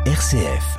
RCF.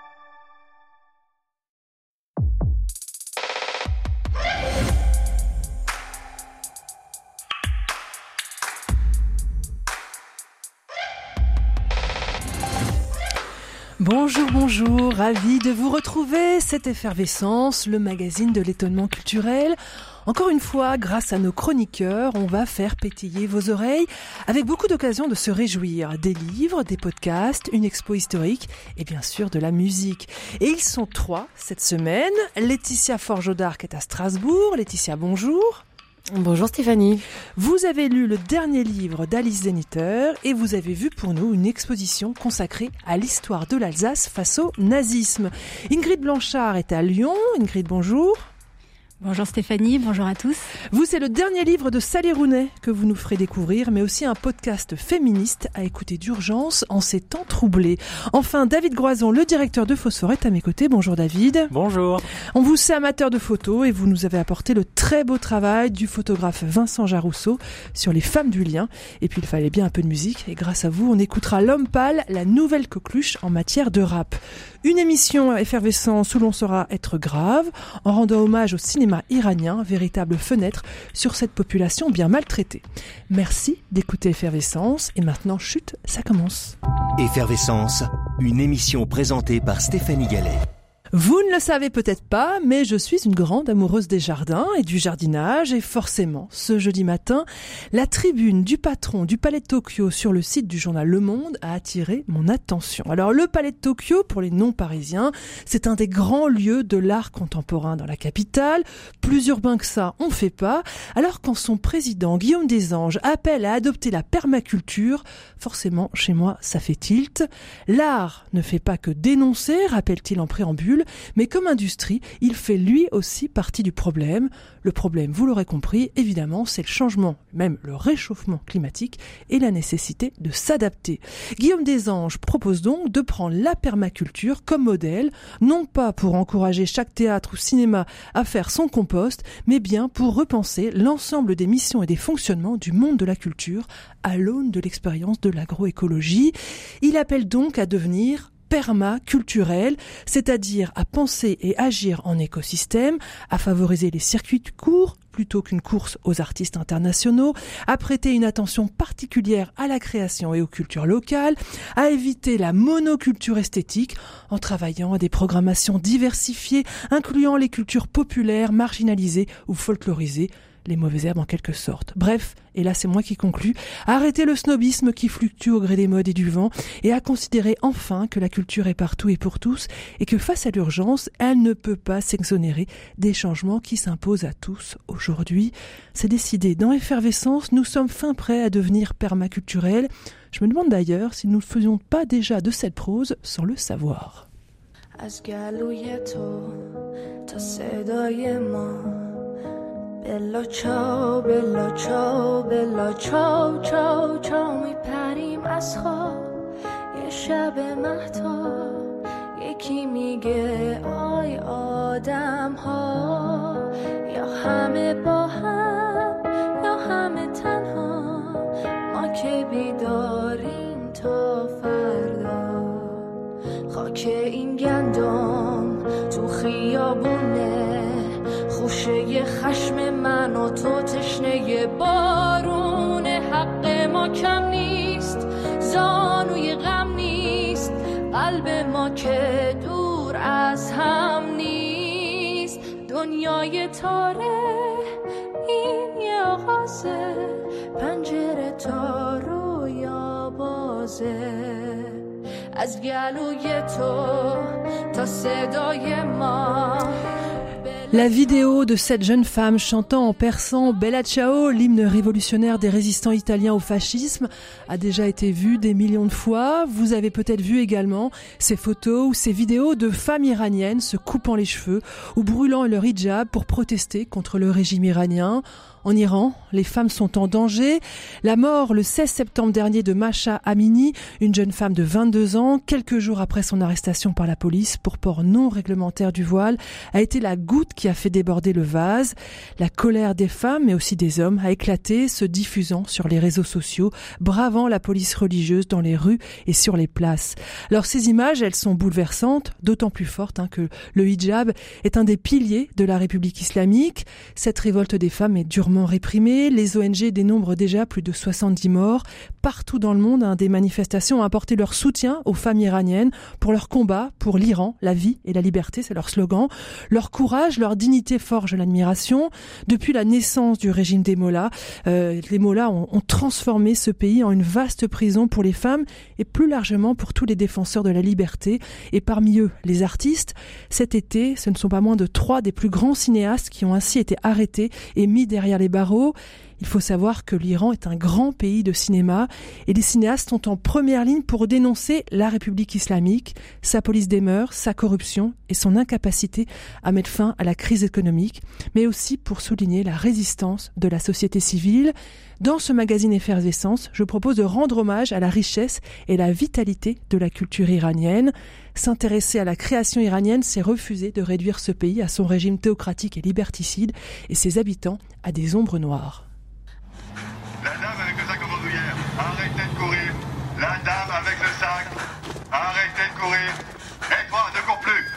Bonjour, ravi de vous retrouver, c'est Effervescence, le magazine de l'étonnement culturel. Encore une fois, grâce à nos chroniqueurs, on va faire pétiller vos oreilles avec beaucoup d'occasions de se réjouir. Des livres, des podcasts, une expo historique et bien sûr de la musique. Et ils sont 3 cette semaine. Laetitia Forgeau-d'Arc est à Strasbourg. Laetitia, bonjour. Bonjour Stéphanie. Vous avez lu le dernier livre d'Alice Zeniter et vous avez vu pour nous une exposition consacrée à l'histoire de l'Alsace face au nazisme. Ingrid Blanchard est à Lyon. Ingrid, bonjour. Bonjour Stéphanie, bonjour à tous. Vous, c'est le dernier livre de Sally Rooney que vous nous ferez découvrir, mais aussi un podcast féministe à écouter d'urgence en ces temps troublés. Enfin, David Groison, le directeur de Phosphore, est à mes côtés. Bonjour David. Bonjour. On vous sait amateur de photos et vous nous avez apporté le très beau travail du photographe Vincent Jarousseau sur les femmes du lien. Et puis il fallait bien un peu de musique et grâce à vous, on écoutera L'Homme Pâle, la nouvelle coqueluche en matière de rap. Une émission effervescente où l'on saura être grave en rendant hommage au cinéma iranien, véritable fenêtre sur cette population bien maltraitée. Merci d'écouter Effervescence et maintenant, chut, ça commence. Effervescence, une émission présentée par Stéphanie Gallet. Vous ne le savez peut-être pas, mais je suis une grande amoureuse des jardins et du jardinage et forcément, ce jeudi matin, la tribune du patron du Palais de Tokyo sur le site du journal Le Monde a attiré mon attention. Alors le Palais de Tokyo, pour les non-parisiens, c'est un des grands lieux de l'art contemporain dans la capitale. Plus urbain que ça, on fait pas. Alors quand son président, Guillaume Desanges, appelle à adopter la permaculture, forcément, chez moi, ça fait tilt. L'art ne fait pas que dénoncer, rappelle-t-il en préambule, mais comme industrie, il fait lui aussi partie du problème. Le problème, vous l'aurez compris, évidemment, c'est le changement, même le réchauffement climatique et la nécessité de s'adapter. Guillaume Desanges propose donc de prendre la permaculture comme modèle, non pas pour encourager chaque théâtre ou cinéma à faire son compost, mais bien pour repenser l'ensemble des missions et des fonctionnements du monde de la culture à l'aune de l'expérience de l'agroécologie. Il appelle donc à devenir permaculturel, c'est-à-dire à penser et agir en écosystème, à favoriser les circuits courts plutôt qu'une course aux artistes internationaux, à prêter une attention particulière à la création et aux cultures locales, à éviter la monoculture esthétique en travaillant à des programmations diversifiées, incluant les cultures populaires, marginalisées ou folklorisées, les mauvaises herbes en quelque sorte. Bref, et là c'est moi qui conclus, arrêter le snobisme qui fluctue au gré des modes et du vent et à considérer enfin que la culture est partout et pour tous et que face à l'urgence, elle ne peut pas s'exonérer des changements qui s'imposent à tous aujourd'hui. C'est décidé. Dans Effervescence, nous sommes fin prêts à devenir permaculturels. Je me demande d'ailleurs si nous ne faisions pas déjà de cette prose sans le savoir. بلا چاو بلا چاو بلا چاو چاو چاو میپریم از خواب یه شب مهتاب یکی میگه آی آدم ها یا همه با هم یا همه تنها ما که بیداریم تا فردا خاک این گندم تو خیابونه خوشه خشم من و تو تشنه بارون حق ما کم نیست زانوی غم نیست قلب ما که دور از هم نیست دنیای تاره این یه آغازه پنجره تا رویا بازه از گلوی تو تا صدای ما. La vidéo de cette jeune femme chantant en persan Bella Ciao, l'hymne révolutionnaire des résistants italiens au fascisme, a déjà été vue des millions de fois. Vous avez peut-être vu également ces photos ou ces vidéos de femmes iraniennes se coupant les cheveux ou brûlant leur hijab pour protester contre le régime iranien. En Iran, les femmes sont en danger. La mort le 16 septembre dernier de Mahsa Amini, une jeune femme de 22 ans, quelques jours après son arrestation par la police pour port non réglementaire du voile, a été la goutte qui a fait déborder le vase. La colère des femmes, mais aussi des hommes, a éclaté, se diffusant sur les réseaux sociaux, bravant la police religieuse dans les rues et sur les places. Alors ces images, elles sont bouleversantes, d'autant plus fortes que le hijab est un des piliers de la République islamique. Cette révolte des femmes est durement réprimée. Les ONG dénombrent déjà plus de 70 morts. Partout dans le monde, des manifestations ont apporté leur soutien aux femmes iraniennes pour leur combat pour l'Iran, la vie et la liberté, c'est leur slogan. Leur courage, leur dignité forgent l'admiration. Depuis la naissance du régime des Mollahs, les Mollahs ont transformé ce pays en une vaste prison pour les femmes et plus largement pour tous les défenseurs de la liberté. Et parmi eux, les artistes. Cet été, ce ne sont pas moins de 3 des plus grands cinéastes qui ont ainsi été arrêtés et mis derrière les barreaux. Il faut savoir que l'Iran est un grand pays de cinéma et les cinéastes sont en première ligne pour dénoncer la République islamique, sa police des mœurs, sa corruption et son incapacité à mettre fin à la crise économique, mais aussi pour souligner la résistance de la société civile. Dans ce magazine Effervescence, je propose de rendre hommage à la richesse et la vitalité de la culture iranienne. S'intéresser à la création iranienne, c'est refuser de réduire ce pays à son régime théocratique et liberticide et ses habitants à des ombres noires. La dame avec le sac en bandoulière, arrêtez de courir. La dame avec le sac, arrêtez de courir. Et toi, ne cours plus.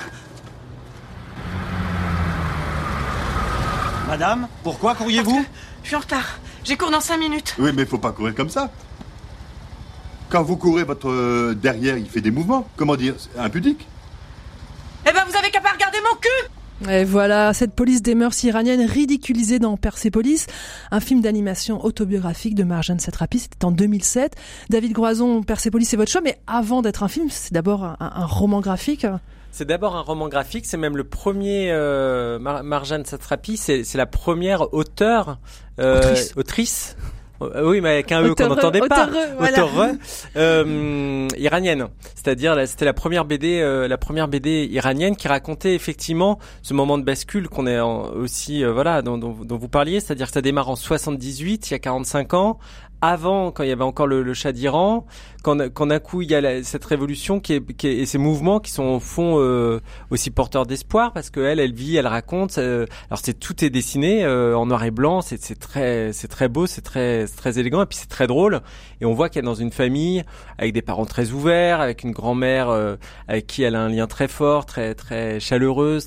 Madame, pourquoi courriez-vous ? Je suis en retard. J'ai cours dans 5 minutes. Oui, mais faut pas courir comme ça. Quand vous courez, votre derrière, il fait des mouvements. Comment dire, c'est impudique. Eh ben, vous avez qu'à pas regarder mon cul. Et voilà, cette police des mœurs iraniennes ridiculisée dans Persépolis, un film d'animation autobiographique de Marjane Satrapi, c'était en 2007. David Groison, Persépolis, c'est votre choix, mais avant d'être un film, c'est d'abord un roman graphique. C'est d'abord un roman graphique, c'est même le premier Marjane Satrapi, c'est la première autrice. Oui, mais avec un E qu'on n'entendait pas. Auteure, iranienne. C'est-à-dire, c'était la première BD iranienne qui racontait effectivement ce moment de bascule qu'on est aussi, dont vous parliez. C'est-à-dire que ça démarre en 78, il y a 45 ans. Avant, quand il y avait encore le Shah d'Iran, quand d'un coup il y a cette révolution et ces mouvements qui sont au fond aussi porteurs d'espoir parce que elle vit, elle raconte. Alors tout est dessiné en noir et blanc, c'est très beau, c'est très élégant et puis c'est très drôle. Et on voit qu'elle est dans une famille avec des parents très ouverts, avec une grand-mère avec qui elle a un lien très fort, très très chaleureuse,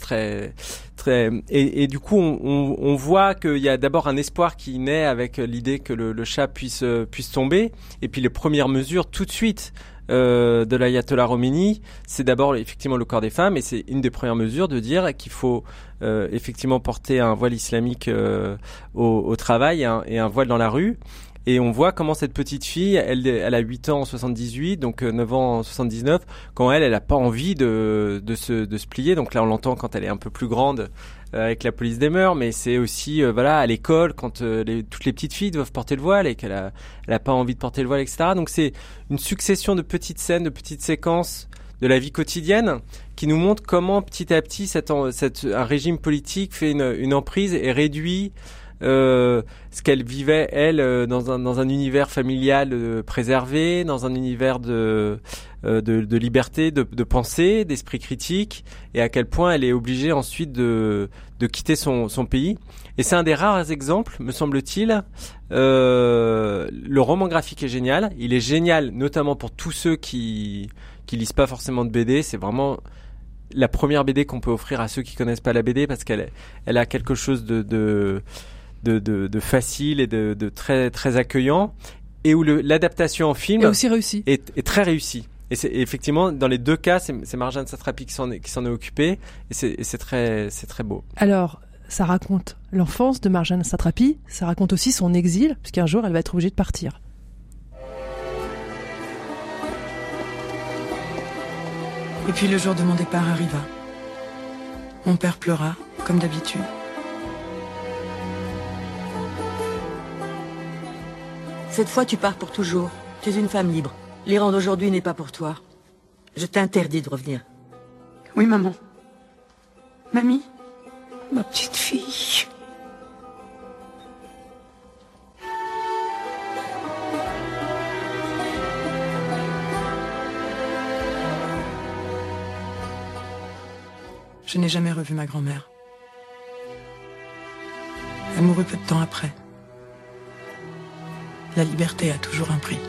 et du coup on voit qu'il y a d'abord un espoir qui naît avec l'idée que le Shah puisse tomber, et puis les premières mesures tout de suite de l'ayatollah Khomeini, c'est d'abord effectivement le corps des femmes, et c'est une des premières mesures de dire qu'il faut effectivement porter un voile islamique au travail et un voile dans la rue. Et on voit comment cette petite fille, elle a 8 ans en 78, donc 9 ans en 79, quand elle a pas envie de se plier. Donc là, on l'entend quand elle est un peu plus grande avec la police des mœurs, mais c'est aussi à l'école quand toutes les petites filles doivent porter le voile et qu'elle a pas envie de porter le voile, etc. Donc c'est une succession de petites scènes, de petites séquences de la vie quotidienne qui nous montre comment petit à petit un régime politique fait une emprise et réduit ce qu'elle vivait elle dans un univers familial préservé, dans un univers de liberté, de pensée, d'esprit critique, et à quel point elle est obligée ensuite de quitter son pays. Et c'est un des rares exemples, me semble-t-il. Le roman graphique est génial. Il est génial notamment pour tous ceux qui lisent pas forcément de BD. C'est vraiment la première BD qu'on peut offrir à ceux qui connaissent pas la BD, parce qu'elle a quelque chose de facile et de très très accueillant, et où l'adaptation en film est aussi réussie, est très réussie. Et c'est effectivement dans les deux cas, c'est Marjane Satrapi qui s'en est occupée, et c'est très beau. Alors ça raconte l'enfance de Marjane Satrapi, ça raconte aussi son exil, puisqu'un jour elle va être obligée de partir. Et puis le jour de mon départ arriva. Mon père pleura, comme d'habitude. Cette fois, tu pars pour toujours. Tu es une femme libre. L'Iran d'aujourd'hui n'est pas pour toi. Je t'interdis de revenir. Oui, maman. Mamie, ma petite fille. Je n'ai jamais revu ma grand-mère. Elle mourut peu de temps après. La liberté a toujours un prix.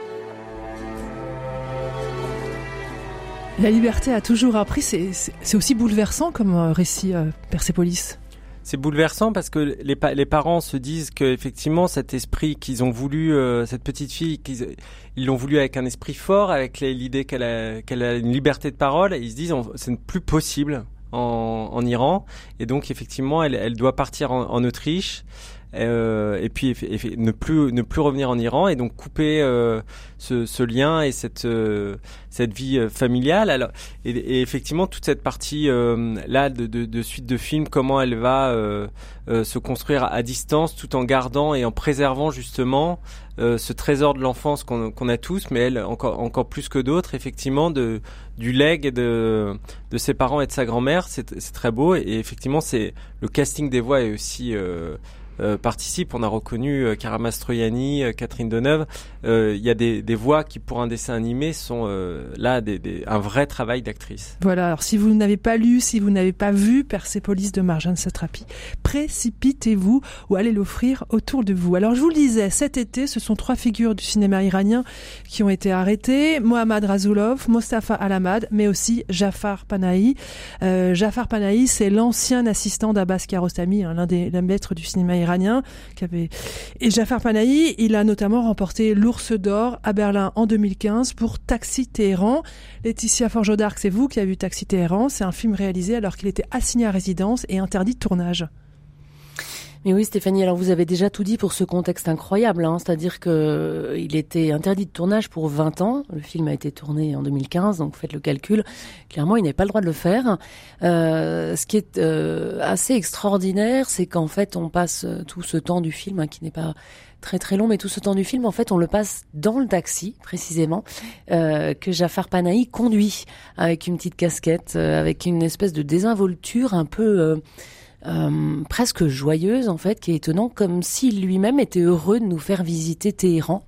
La liberté a toujours un prix, c'est aussi bouleversant comme récit, Persépolis. C'est bouleversant parce que les parents se disent que effectivement cet esprit qu'ils ont voulu, cette petite fille, ils l'ont voulu avec un esprit fort, avec l'idée qu'elle a une liberté de parole, et ils se disent c'est plus possible en Iran, et donc effectivement elle doit partir en Autriche. Et puis ne plus revenir en Iran, et donc couper ce lien et cette vie familiale. Alors, et effectivement toute cette partie là de suite de films, comment elle va se construire à distance tout en gardant et en préservant justement ce trésor de l'enfance qu'on a tous, mais elle encore plus que d'autres, effectivement, du legs de ses parents et de sa grand-mère. C'est très beau, et effectivement c'est le casting des voix est aussi participe. On a reconnu Cara Mastroianni, Catherine Deneuve. Il y a des voix qui, pour un dessin animé, sont là un vrai travail d'actrice. Voilà, alors si vous n'avez pas lu, si vous n'avez pas vu Persépolis de Marjane Satrapi, précipitez-vous ou allez l'offrir autour de vous. Alors je vous le disais, cet été, ce sont 3 figures du cinéma iranien qui ont été arrêtées. Mohammad Rasoulov, Mostafa Al-Hamad, mais aussi Jafar Panahi. Jafar Panahi, c'est l'ancien assistant d'Abbas Kiarostami, l'un des maîtres du cinéma iranien. Et Jafar Panahi, il a notamment remporté l'Ours d'Or à Berlin en 2015 pour Taxi Téhéran. Laetitia Forgeau-Darc, c'est vous qui avez vu Taxi Téhéran. C'est un film réalisé alors qu'il était assigné à résidence et interdit de tournage. Mais oui, Stéphanie, alors vous avez déjà tout dit pour ce contexte incroyable, c'est-à-dire que il était interdit de tournage pour 20 ans. Le film a été tourné en 2015, donc faites le calcul. Clairement, il n'avait pas le droit de le faire. Ce qui est assez extraordinaire, c'est qu'en fait, on passe tout ce temps du film, qui n'est pas très très long, mais tout ce temps du film, en fait, on le passe dans le taxi, précisément, que Jafar Panahi conduit, avec une petite casquette, avec une espèce de désinvolture un peu presque joyeuse, en fait, qui est étonnant, comme s'il lui-même était heureux de nous faire visiter Téhéran.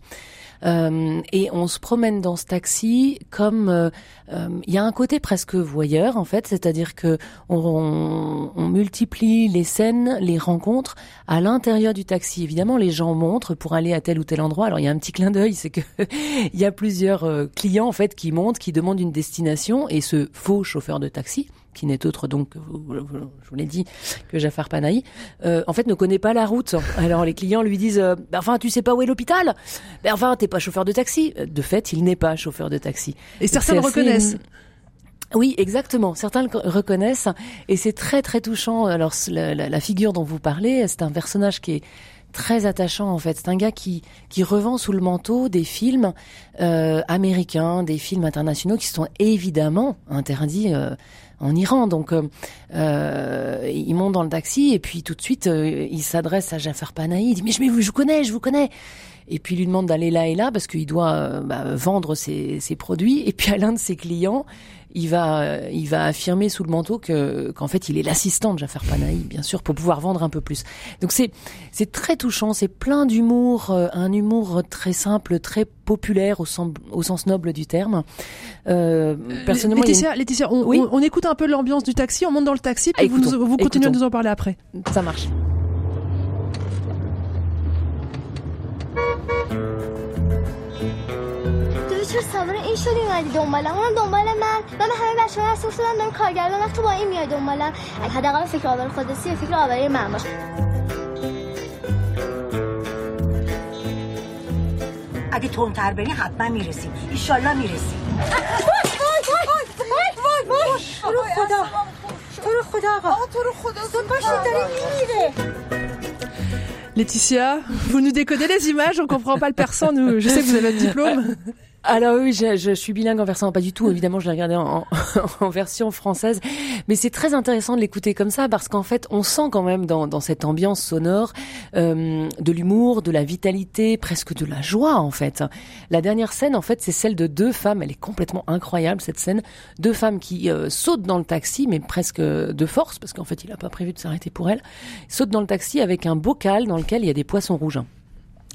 Et on se promène dans ce taxi comme il y a un côté presque voyeur, en fait, c'est-à-dire que on multiplie les scènes, les rencontres à l'intérieur du taxi. Évidemment, les gens montrent pour aller à tel ou tel endroit. Alors il y a un petit clin d'œil, c'est que il y a plusieurs clients, en fait, qui montent, qui demandent une destination, et ce faux chauffeur de taxi, qui n'est autre donc, je vous l'ai dit, que Jafar Panahi, en fait ne connaît pas la route. Alors les clients lui disent enfin tu sais pas où est l'hôpital, enfin t'es pas chauffeur de taxi. De fait, il n'est pas chauffeur de taxi. Et certains le reconnaissent. Oui, exactement. Certains le reconnaissent, et c'est très très touchant. Alors la figure dont vous parlez, c'est un personnage qui est très attachant, en fait. C'est un gars qui revend sous le manteau des films américains, des films internationaux qui sont évidemment interdits en Iran. Donc il monte dans le taxi, et puis tout de suite il s'adresse à Jafar Panahi, il dit mais je vous connais. Et puis il lui demande d'aller là et là parce qu'il doit vendre ses produits. Et puis à l'un de ses clients, il va affirmer sous le manteau qu'en fait il est l'assistant de Jafar Panahi, bien sûr, pour pouvoir vendre un peu plus. Donc c'est très touchant, c'est plein d'humour, un humour très simple, très populaire au sens noble du terme. Personnellement, Laetitia, oui, on écoute un peu l'ambiance du taxi, on monte dans le taxi, puis vous continuez à nous en parler après. Ça marche. چرا سوار این شدی اومدی دنبالم اونم دنبال من همه بچه‌ها هست افتادن دارم کارگردان وقت تو با این میای دنبالم حداقل فکر آور خودسی فکر آوری من باش اگه تندتر بریم حتما میرسیم ان شاءالله میرسیم تو رو خدا آقا زود باشید داره میمیره. Laetitia, vous nous décodez les images, on comprend pas le persan, nous. Je sais que vous avez le diplôme. Alors oui, je suis bilingue en persan, pas du tout. Évidemment, je l'ai regardé en version française. Mais c'est très intéressant de l'écouter comme ça parce qu'en fait, on sent quand même dans cette ambiance sonore de l'humour, de la vitalité, presque de la joie, en fait. La dernière scène, en fait, c'est celle de 2 femmes. Elle est complètement incroyable, cette scène. 2 femmes qui sautent dans le taxi, mais presque de force, parce qu'en fait, il a pas prévu de s'arrêter pour elles. Sautent dans le taxi avec un bocal dans lequel il y a des poissons rouges.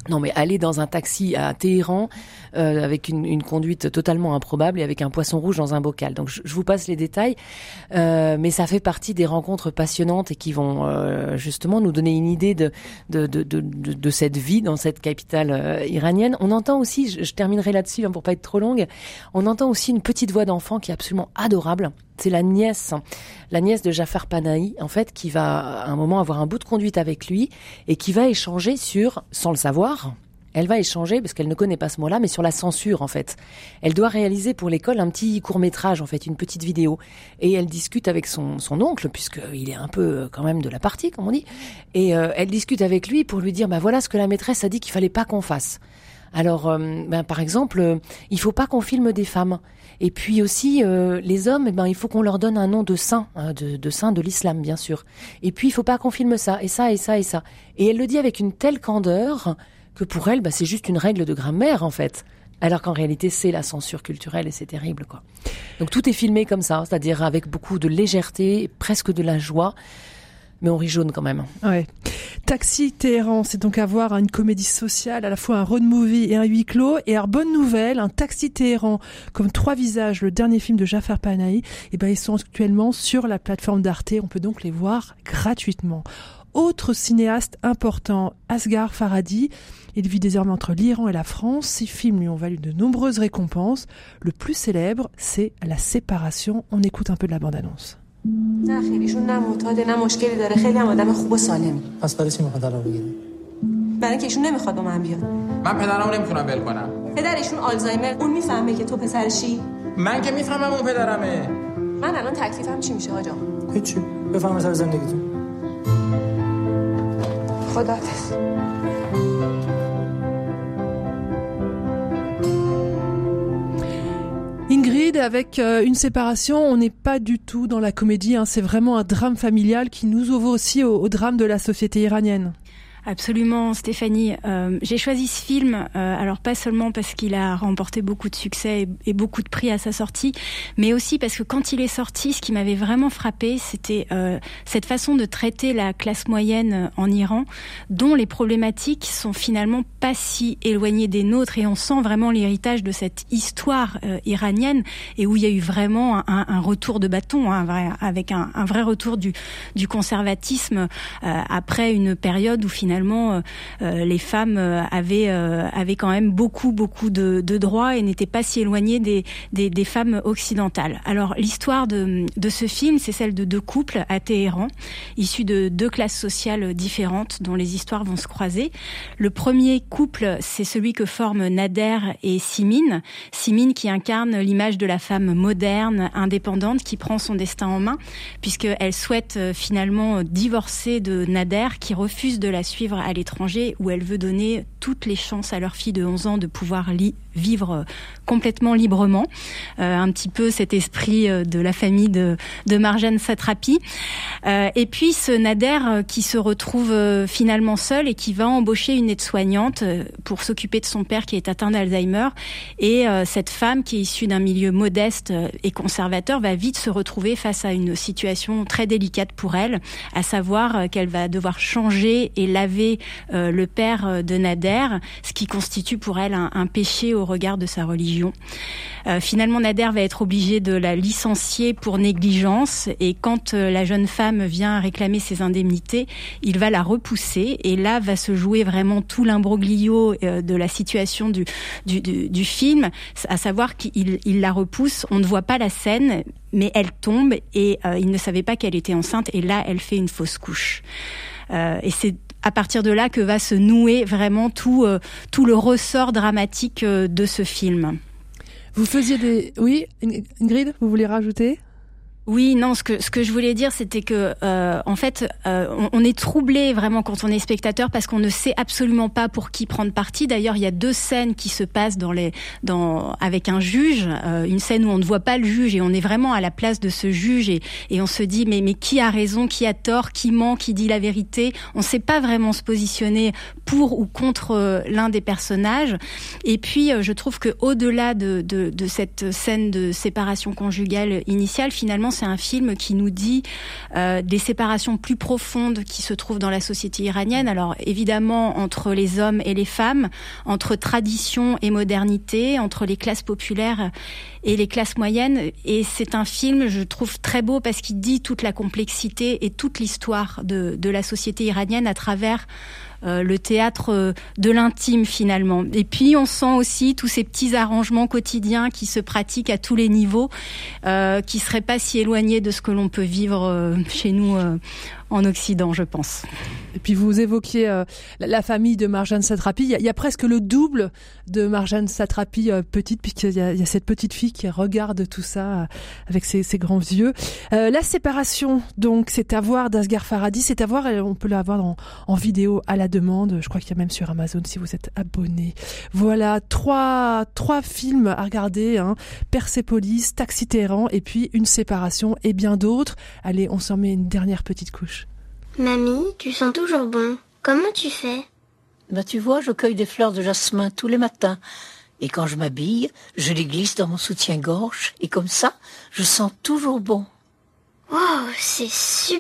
Non, mais aller dans un taxi à Téhéran avec une conduite totalement improbable et avec un poisson rouge dans un bocal. Donc je vous passe les détails, mais ça fait partie des rencontres passionnantes et qui vont justement nous donner une idée de cette vie dans cette capitale iranienne. On entend aussi, je terminerai là-dessus pour pas être trop longue, on entend aussi une petite voix d'enfant qui est absolument adorable. C'est la nièce de Jafar Panahi, en fait, qui va à un moment avoir un bout de conduite avec lui et qui va échanger sans le savoir, elle va échanger, parce qu'elle ne connaît pas ce mot-là, mais sur la censure, en fait. Elle doit réaliser pour l'école un petit court-métrage, en fait, une petite vidéo. Et elle discute avec son oncle, puisqu'il est un peu quand même de la partie, comme on dit. Et elle discute avec lui pour lui dire, voilà ce que la maîtresse a dit qu'il fallait pas qu'on fasse. Alors, par exemple, il faut pas qu'on filme des femmes. Et puis aussi, les hommes, il faut qu'on leur donne un nom de saint, de saint de l'islam, bien sûr. Et puis, il faut pas qu'on filme ça, et ça, et ça, et ça. Et elle le dit avec une telle candeur que pour elle, c'est juste une règle de grammaire, en fait. Alors qu'en réalité, c'est la censure culturelle et c'est terrible, quoi. Donc tout est filmé comme ça, c'est-à-dire avec beaucoup de légèreté, presque de la joie. Mais on rit jaune quand même. Ouais. Taxi Téhéran, c'est donc à voir une comédie sociale, à la fois un road movie et un huis clos. Et alors, bonne nouvelle, un Taxi Téhéran, comme 3 visages, le dernier film de Jafar Panahi, ils sont actuellement sur la plateforme d'Arte. On peut donc les voir gratuitement. Autre cinéaste important, Asghar Farhadi. Il vit désormais entre l'Iran et la France. Ses films lui ont valu de nombreuses récompenses. Le plus célèbre, c'est La Séparation. On écoute un peu de la bande-annonce. نه خیلی ایشون نه معتاده نه مشکلی داره خیلی هم آدم خوب و سالمی پس برای چی میخواد طلاق بگیره برای اینکه ایشون نمیخواد با من بیاد من پدرمو نمیتونم ول کنم پدر ایشون آلزایمر اون میفهمه که تو پسرشی من که میفهمم اون پدرمه من الان تکلیفم چی میشه آقا هیچی بفهم سر زندگیتون خداحافظ Ingrid, avec une séparation, on n'est pas du tout dans la comédie, c'est vraiment un drame familial qui nous ouvre aussi au drame de la société iranienne. Absolument, Stéphanie. J'ai choisi ce film, alors pas seulement parce qu'il a remporté beaucoup de succès et beaucoup de prix à sa sortie, mais aussi parce que quand il est sorti, ce qui m'avait vraiment frappé, c'était cette façon de traiter la classe moyenne en Iran, dont les problématiques sont finalement pas si éloignées des nôtres, et on sent vraiment l'héritage de cette histoire iranienne, et où il y a eu vraiment un retour de bâton, avec un vrai retour du conservatisme après une période où finalement les femmes avaient quand même beaucoup de droits et n'étaient pas si éloignées des femmes occidentales. Alors l'histoire de ce film, c'est celle de 2 couples à Téhéran, issus de 2 classes sociales différentes dont les histoires vont se croiser. Le premier couple, c'est celui que forment Nader et Simin. Simin qui incarne l'image de la femme moderne, indépendante, qui prend son destin en main, puisqu'elle souhaite finalement divorcer de Nader, qui refuse de la suivre à l'étranger, où elle veut donner toutes les chances à leur fille de 11 ans de pouvoir vivre complètement librement. Un petit peu cet esprit de la famille de Marjane Satrapi. Et puis ce Nader qui se retrouve finalement seul et qui va embaucher une aide-soignante pour s'occuper de son père qui est atteint d'Alzheimer. Et cette femme qui est issue d'un milieu modeste et conservateur va vite se retrouver face à une situation très délicate pour elle, à savoir qu'elle va devoir changer et laver le père de Nader, ce qui constitue pour elle un péché au regard de sa religion. Finalement, Nader va être obligé de la licencier pour négligence, et quand la jeune femme vient réclamer ses indemnités, il va la repousser, et là va se jouer vraiment tout l'imbroglio de la situation du film, à savoir qu'il la repousse, on ne voit pas la scène, mais elle tombe et il ne savait pas qu'elle était enceinte, et là elle fait une fausse couche. Et c'est à partir de là que va se nouer vraiment tout le ressort dramatique de ce film. Vous faisiez Oui, Ingrid, vous voulez rajouter ? Oui, non, ce que je voulais dire, c'était que en fait, on est troublé vraiment quand on est spectateur, parce qu'on ne sait absolument pas pour qui prendre parti. D'ailleurs, il y a 2 scènes qui se passent avec un juge, une scène où on ne voit pas le juge et on est vraiment à la place de ce juge, et on se dit mais qui a raison, qui a tort, qui ment, qui dit la vérité. On ne sait pas vraiment se positionner pour ou contre l'un des personnages. Et puis, je trouve que au-delà de cette scène de séparation conjugale initiale, finalement, c'est un film qui nous dit des séparations plus profondes qui se trouvent dans la société iranienne. Alors évidemment entre les hommes et les femmes, entre tradition et modernité, entre les classes populaires et les classes moyennes. Et c'est un film, je trouve, très beau parce qu'il dit toute la complexité et toute l'histoire de la société iranienne à travers le théâtre de l'intime finalement. Et puis on sent aussi tous ces petits arrangements quotidiens qui se pratiquent à tous les niveaux, qui seraient pas si éloignés de ce que l'on peut vivre chez nous en Occident, je pense. Et puis vous évoquiez la famille de Marjane Satrapi. Il y a presque le double de Marjane Satrapi petite, puisqu'il y a cette petite fille qui regarde tout ça avec ses grands yeux. La séparation, donc, c'est à voir d'Asghar Farhadi. C'est à voir, on peut la voir en vidéo à la demande. Je crois qu'il y a même sur Amazon si vous êtes abonné. Voilà, trois films à regarder, hein. Persépolis, Taxi Téhéran, et puis Une séparation et bien d'autres. Allez, on s'en met une dernière petite couche. Mamie, tu sens toujours bon. Comment tu fais ? Tu vois, je cueille des fleurs de jasmin tous les matins. Et quand je m'habille, je les glisse dans mon soutien-gorge. Et comme ça, je sens toujours bon. Wow, c'est super!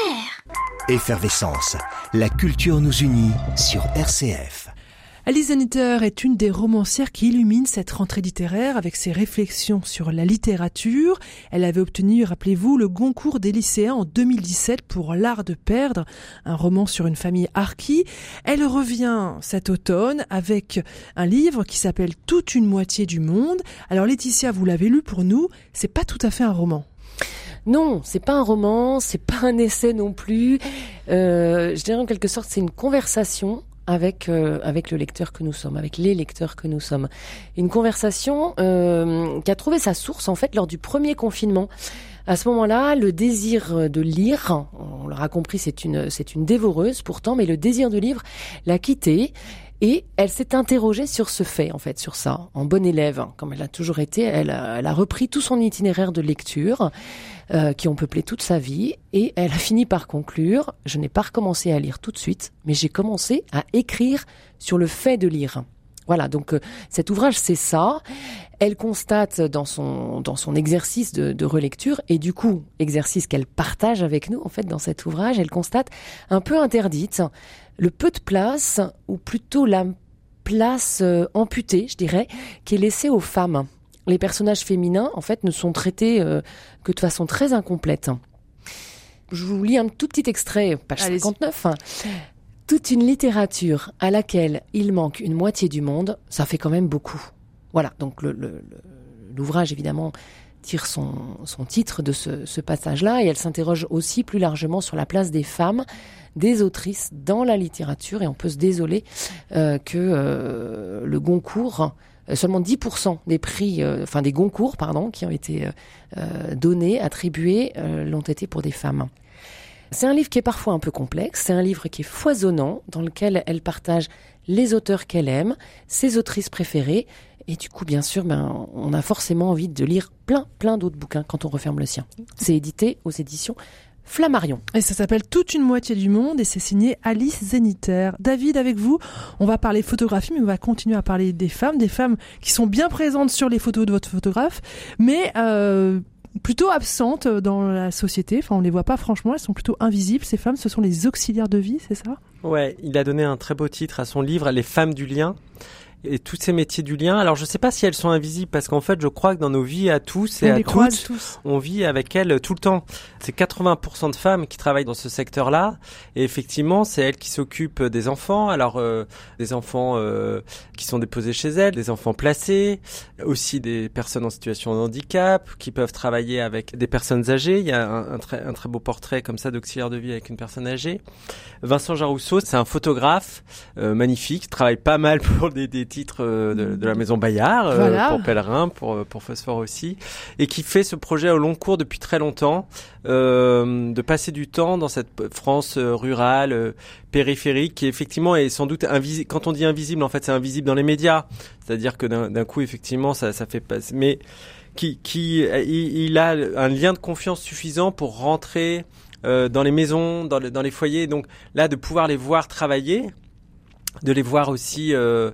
Effervescence, la culture nous unit sur RCF. Alice Zeniter est une des romancières qui illumine cette rentrée littéraire avec ses réflexions sur la littérature. Elle avait obtenu, rappelez-vous, le Goncourt des lycéens en 2017 pour L'Art de perdre, un roman sur une famille harkie. Elle revient cet automne avec un livre qui s'appelle Toute une moitié du monde. Alors Laetitia, vous l'avez lu pour nous, c'est pas tout à fait un roman. Non, c'est pas un roman, c'est pas un essai non plus. Je dirais en quelque sorte, c'est une conversation avec le lecteur que nous sommes, avec les lecteurs que nous sommes. Une conversation qui a trouvé sa source en fait lors du premier confinement. À ce moment-là, le désir de lire, on l'aura compris, c'est une dévoreuse pourtant, mais le désir de lire l'a quittée. Et elle s'est interrogée sur ce fait, en fait, sur ça, en bonne élève, comme elle a toujours été. Elle a repris tout son itinéraire de lecture, qui ont peuplé toute sa vie, et elle a fini par conclure, je n'ai pas recommencé à lire tout de suite, mais j'ai commencé à écrire sur le fait de lire. Voilà, donc cet ouvrage, c'est ça. Elle constate dans son exercice de relecture, et du coup, exercice qu'elle partage avec nous, en fait, dans cet ouvrage, elle constate un peu interdite le peu de place, ou plutôt la place amputée, je dirais, qui est laissée aux femmes. Les personnages féminins, en fait, ne sont traités que de façon très incomplète. Je vous lis un tout petit extrait, page 59. Toute une littérature à laquelle il manque une moitié du monde, ça fait quand même beaucoup. Voilà, donc l'ouvrage, évidemment, tire son titre de ce passage-là, et elle s'interroge aussi plus largement sur la place des femmes, des autrices dans la littérature, et on peut se désoler que le Goncourt, seulement 10% des prix, des Goncourt, qui ont été donnés, attribués, l'ont été pour des femmes. C'est un livre qui est parfois un peu complexe, c'est un livre qui est foisonnant, dans lequel elle partage les auteurs qu'elle aime, ses autrices préférées, et du coup, bien sûr, on a forcément envie de lire plein d'autres bouquins quand on referme le sien. C'est édité aux éditions Flammarion. Et ça s'appelle Toute une moitié du monde, et c'est signé Alice Zeniter. David, avec vous, on va parler photographie, mais on va continuer à parler des femmes qui sont bien présentes sur les photos de votre photographe, mais plutôt absentes dans la société. Enfin, on les voit pas franchement, elles sont plutôt invisibles. Ces femmes, ce sont les auxiliaires de vie, c'est ça ? Ouais, il a donné un très beau titre à son livre, Les femmes du lien. Et tous ces métiers du lien. Alors, je sais pas si elles sont invisibles, parce qu'en fait, je crois que dans nos vies à tous et à toutes, on vit avec elles tout le temps. C'est 80% de femmes qui travaillent dans ce secteur-là. Et effectivement, c'est elles qui s'occupent des enfants. Alors, des enfants qui sont déposés chez elles, des enfants placés, aussi des personnes en situation de handicap, qui peuvent travailler avec des personnes âgées. Il y a un très beau portrait comme ça d'auxiliaire de vie avec une personne âgée. Vincent Jarousseau, c'est un photographe magnifique, travaille pas mal pour des titres de la maison Bayard, voilà. Pour Pèlerin, pour Phosphore aussi, et qui fait ce projet au long cours depuis très longtemps, de passer du temps dans cette France rurale, périphérique, qui effectivement est sans doute invisible. Quand on dit invisible, en fait, c'est invisible dans les médias. C'est-à-dire que d'un coup, effectivement, ça fait pas, mais il a un lien de confiance suffisant pour rentrer dans les maisons, dans les foyers. Donc là, de pouvoir les voir travailler, les voir aussi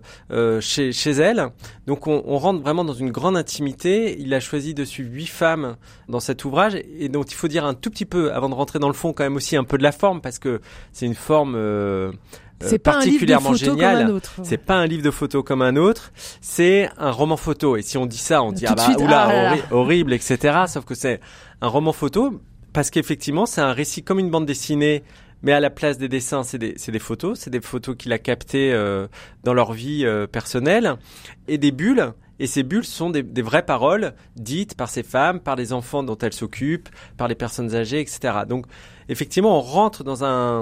chez elle. Donc on rentre vraiment dans une grande intimité. Il a choisi de suivre 8 femmes dans cet ouvrage, et donc il faut dire un tout petit peu, avant de rentrer dans le fond, quand même aussi un peu de la forme, parce que c'est une forme c'est particulièrement géniale. Comme un autre. C'est pas un livre de photos comme un autre, c'est un roman photo. Et si on dit ça, on dit horrible, etc. Sauf que c'est un roman photo, parce qu'effectivement c'est un récit comme une bande dessinée. Mais à la place des dessins, c'est des photos. C'est des photos qu'il a captées dans leur vie personnelle, et des bulles. Et ces bulles sont des vraies paroles dites par ces femmes, par les enfants dont elles s'occupent, par les personnes âgées, etc. Donc, effectivement, on rentre dans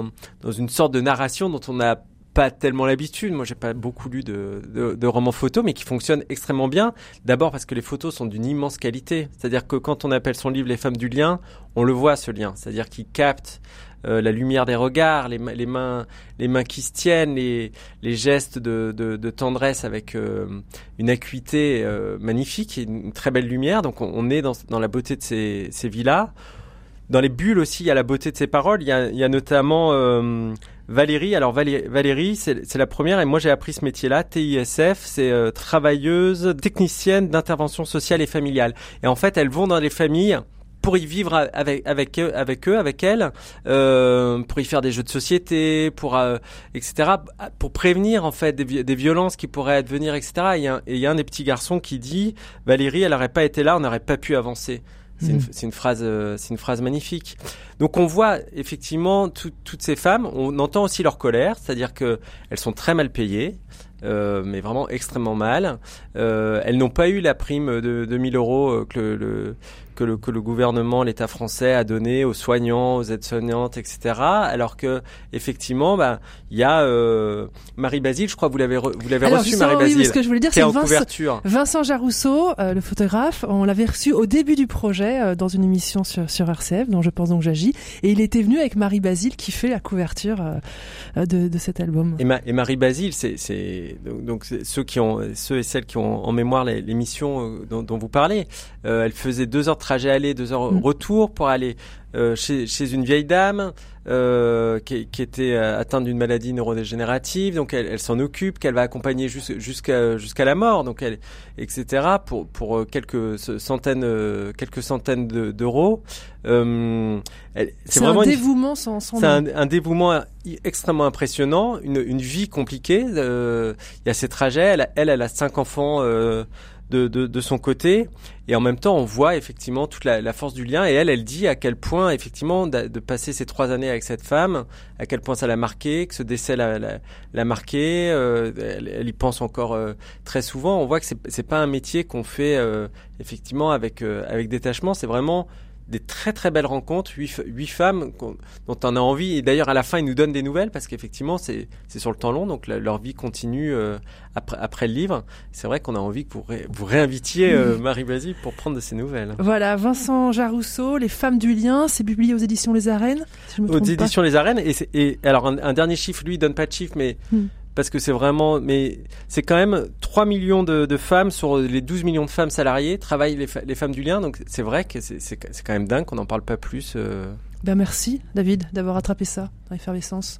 une sorte de narration dont on n'a pas tellement l'habitude. Moi, j'ai pas beaucoup lu de romans photos, mais qui fonctionnent extrêmement bien. D'abord parce que les photos sont d'une immense qualité. C'est-à-dire que quand on appelle son livre Les femmes du lien, on le voit, ce lien. C'est-à-dire qu'il capte la lumière des regards, les mains qui se tiennent, les gestes de tendresse avec une acuité magnifique et une très belle lumière. Donc on est dans la beauté de ces villas. Dans les bulles aussi, il y a la beauté de ses paroles. Il y a notamment Valérie. Alors Valérie, c'est la première, et moi j'ai appris ce métier-là, TISF, c'est travailleuse technicienne d'intervention sociale et familiale. Et en fait, elles vont dans les familles pour y vivre avec elles, pour y faire des jeux de société, etc., pour prévenir en fait des violences qui pourraient advenir, etc. Et il y a un des petits garçons qui dit, Valérie, elle n'aurait pas été là, on n'aurait pas pu avancer. C'est une phrase magnifique. Donc on voit effectivement toutes ces femmes. On entend aussi leur colère, c'est-à-dire que elles sont très mal payées. Mais vraiment extrêmement mal. Elles n'ont pas eu la prime de 2 000 € que le gouvernement, l'État français a donné aux soignants, aux aides-soignantes, etc. Alors que effectivement, il y a Marie Basile, je crois que vous l'avez reçu, Marie Basile. Oui, ce que je voulais dire, c'est Vincent Jarousseau, le photographe. On l'avait reçu au début du projet dans une émission sur RCF, dont je pense donc j'agis, et il était venu avec Marie Basile qui fait la couverture de cet album. Et Marie Basile, donc ceux et celles qui ont en mémoire l'émission dont vous parlez, elle faisait 2 heures de trajet aller, 2 heures retour pour aller chez une vieille dame qui était atteinte d'une maladie neurodégénérative. Donc elle s'en occupe, qu'elle va accompagner jusqu'à la mort. Donc etc. pour quelques centaines d'euros. C'est vraiment un dévouement sans c'est un dévouement extrêmement impressionnant, une vie compliquée. Il y a ces trajets. Elle a 5 enfants de son côté, et en même temps on voit effectivement toute la force du lien, et elle dit à quel point effectivement de passer ces 3 années avec cette femme, à quel point ça l'a marqué, que ce décès l'a marqué. Elle y pense encore très souvent. On voit que c'est pas un métier qu'on fait effectivement avec détachement. C'est vraiment des très très belles rencontres, 8 femmes dont on a envie, et d'ailleurs à la fin ils nous donnent des nouvelles, parce qu'effectivement c'est sur le temps long, donc leur vie continue après le livre. C'est vrai qu'on a envie que vous réinvitiez Marie Basile pour prendre de ces nouvelles. Voilà, Vincent Jarousseau, Les femmes du lien, c'est publié aux éditions Les Arènes, si je me trompe pas. Aux éditions Les Arènes, et alors un dernier chiffre, lui il donne pas de chiffre, mais parce que c'est vraiment, mais c'est quand même 3 millions de femmes sur les 12 millions de femmes salariées travaillent les femmes du lien. Donc c'est vrai que c'est quand même dingue qu'on n'en parle pas plus. Merci David d'avoir attrapé ça dans Effervescence.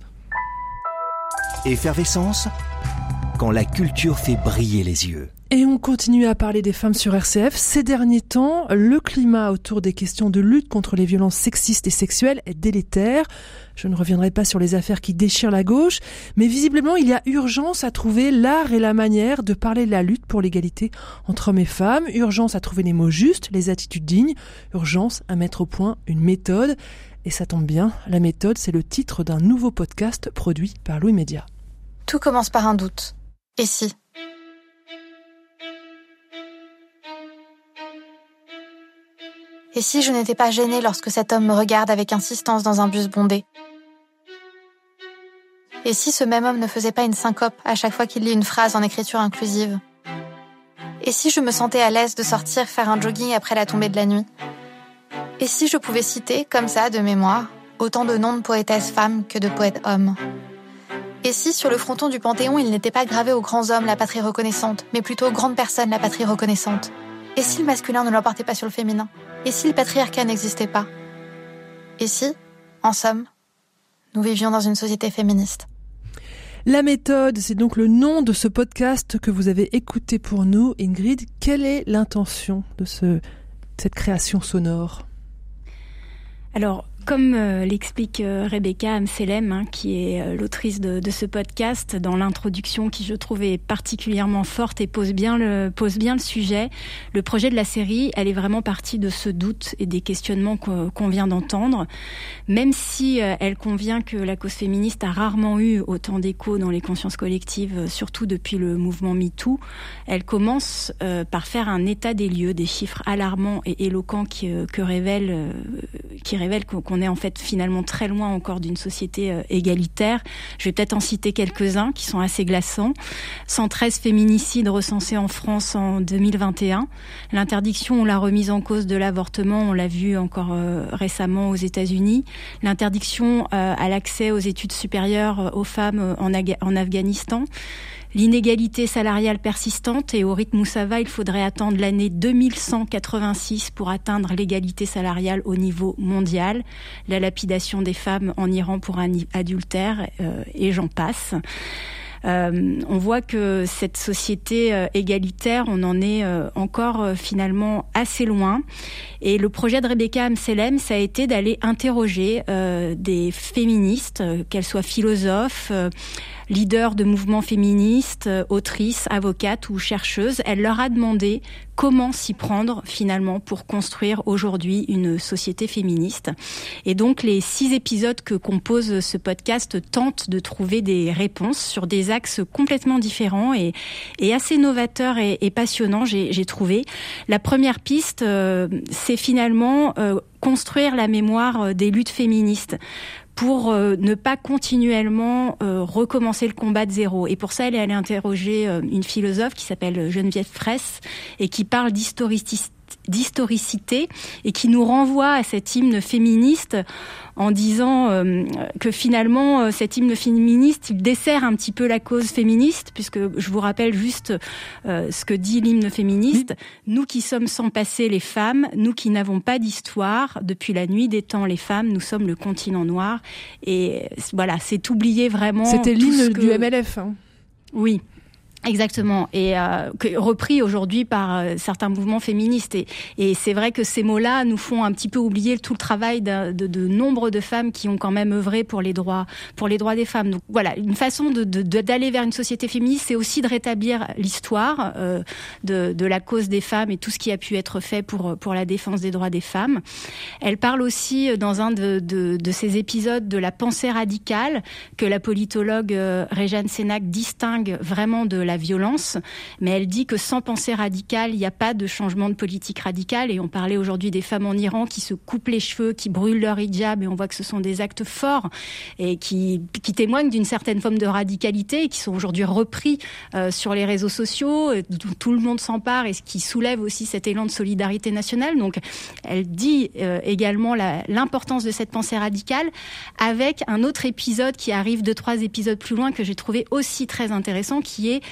Effervescence, quand la culture fait briller les yeux. Et on continue à parler des femmes sur RCF. Ces derniers temps, le climat autour des questions de lutte contre les violences sexistes et sexuelles est délétère. Je ne reviendrai pas sur les affaires qui déchirent la gauche, mais visiblement il y a urgence à trouver l'art et la manière de parler de la lutte pour l'égalité entre hommes et femmes, urgence à trouver les mots justes, les attitudes dignes, urgence à mettre au point une méthode. Et ça tombe bien, la méthode, c'est le titre d'un nouveau podcast produit par Louis Média. Tout commence par un doute. Et si ? Et si je n'étais pas gênée lorsque cet homme me regarde avec insistance dans un bus bondé ? Et si ce même homme ne faisait pas une syncope à chaque fois qu'il lit une phrase en écriture inclusive ? Et si je me sentais à l'aise de sortir faire un jogging après la tombée de la nuit ? Et si je pouvais citer, comme ça, de mémoire, autant de noms de poétesses femmes que de poètes hommes ? Et si, sur le fronton du Panthéon, il n'était pas gravé aux grands hommes la patrie reconnaissante, mais plutôt aux grandes personnes la patrie reconnaissante ? Et si le masculin ne l'emportait pas sur le féminin ? Et si le patriarcat n'existait pas ? Et si, en somme, nous vivions dans une société féministe ? La méthode, c'est donc le nom de ce podcast que vous avez écouté pour nous. Ingrid, quelle est l'intention de cette création sonore ? Alors, comme l'explique Rebecca Amselem, qui est l'autrice de ce podcast, dans l'introduction qui je trouve est particulièrement forte et pose bien le sujet, le projet de la série, elle est vraiment partie de ce doute et des questionnements qu'on vient d'entendre. Même si elle convient que la cause féministe a rarement eu autant d'écho dans les consciences collectives, surtout depuis le mouvement MeToo, elle commence par faire un état des lieux, des chiffres alarmants et éloquents qui révèlent qu'on est en fait finalement très loin encore d'une société égalitaire. Je vais peut-être en citer quelques-uns qui sont assez glaçants. 113 féminicides recensés en France en 2021. L'interdiction ou la remise en cause de l'avortement, on l'a vu encore récemment aux États-Unis. L'interdiction à l'accès aux études supérieures aux femmes en Afghanistan. L'inégalité salariale persistante, et au rythme où ça va, il faudrait attendre l'année 2186 pour atteindre l'égalité salariale au niveau mondial. La lapidation des femmes en Iran pour un adultère, et j'en passe. On voit que cette société égalitaire, on en est encore finalement assez loin. Et le projet de Rebecca Amselem, ça a été d'aller interroger des féministes, qu'elles soient philosophes, leaders de mouvements féministes, autrices, avocates ou chercheuses. Elle leur a demandé comment s'y prendre finalement pour construire aujourd'hui une société féministe. Et donc les 6 épisodes que compose ce podcast tentent de trouver des réponses sur des axes complètement différents et assez novateurs et passionnants, j'ai trouvé. La première piste, c'est finalement construire la mémoire des luttes féministes, pour ne pas continuellement recommencer le combat de zéro. Et pour ça, elle est allée interroger une philosophe qui s'appelle Geneviève Fraisse et qui parle d'historicité et qui nous renvoie à cet hymne féministe en disant que finalement cet hymne féministe, il dessert un petit peu la cause féministe, puisque je vous rappelle juste ce que dit l'hymne féministe. Nous qui sommes sans passé les femmes, nous qui n'avons pas d'histoire, depuis la nuit des temps les femmes, nous sommes le continent noir. Et voilà, c'est oublier vraiment. C'était l'hymne du MLF. Hein. Oui. Exactement, et repris aujourd'hui par certains mouvements féministes. Et c'est vrai que ces mots-là nous font un petit peu oublier tout le travail de nombre de femmes qui ont quand même œuvré pour les droits des femmes. Donc voilà, une façon d'aller vers une société féministe, c'est aussi de rétablir l'histoire de la cause des femmes et tout ce qui a pu être fait pour la défense des droits des femmes. Elle parle aussi dans un de ces épisodes de la pensée radicale que la politologue Réjeanne Sénac distingue vraiment de la violence, mais elle dit que sans pensée radicale, il n'y a pas de changement de politique radicale. Et on parlait aujourd'hui des femmes en Iran qui se coupent les cheveux, qui brûlent leur hijab, et on voit que ce sont des actes forts et qui témoignent d'une certaine forme de radicalité et qui sont aujourd'hui repris sur les réseaux sociaux, dont tout le monde s'empare et ce qui soulève aussi cet élan de solidarité nationale. Donc elle dit également l'importance de cette pensée radicale, avec un autre épisode qui arrive 2-3 épisodes plus loin que j'ai trouvé aussi très intéressant, qui est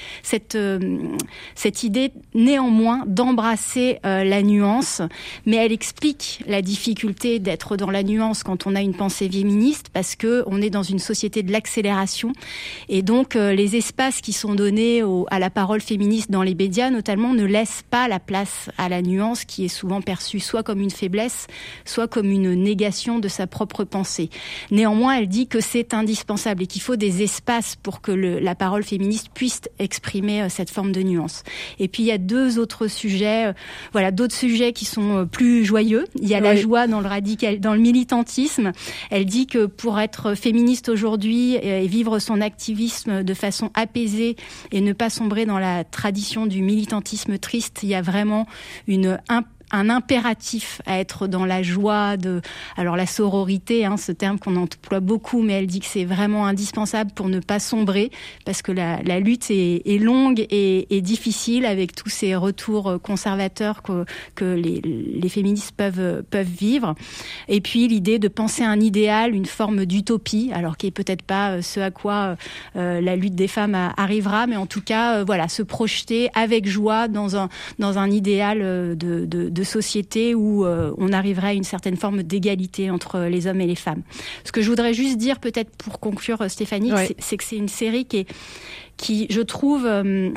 cette idée néanmoins d'embrasser la nuance, mais elle explique la difficulté d'être dans la nuance quand on a une pensée féministe, parce que on est dans une société de l'accélération, et donc les espaces qui sont donnés à la parole féministe dans les médias notamment ne laissent pas la place à la nuance, qui est souvent perçue soit comme une faiblesse, soit comme une négation de sa propre pensée. Néanmoins, elle dit que c'est indispensable et qu'il faut des espaces pour que la parole féministe puisse exprimer cette forme de nuance. Et puis il y a 2 autres sujets, d'autres sujets qui sont plus joyeux. Il y a la joie dans le militantisme. Elle dit que pour être féministe aujourd'hui et vivre son activisme de façon apaisée et ne pas sombrer dans la tradition du militantisme triste, il y a vraiment un impératif à être dans la joie alors la sororité, ce terme qu'on emploie beaucoup, mais elle dit que c'est vraiment indispensable pour ne pas sombrer, parce que la lutte est longue et difficile, avec tous ces retours conservateurs que les féministes peuvent vivre. Et puis l'idée de penser un idéal, une forme d'utopie, alors qui est peut-être pas ce à quoi la lutte des femmes arrivera, mais en tout cas se projeter avec joie dans un idéal de de société où on arriverait à une certaine forme d'égalité entre les hommes et les femmes. Ce que je voudrais juste dire, peut-être pour conclure, Stéphanie, c'est que c'est une série qui je trouve...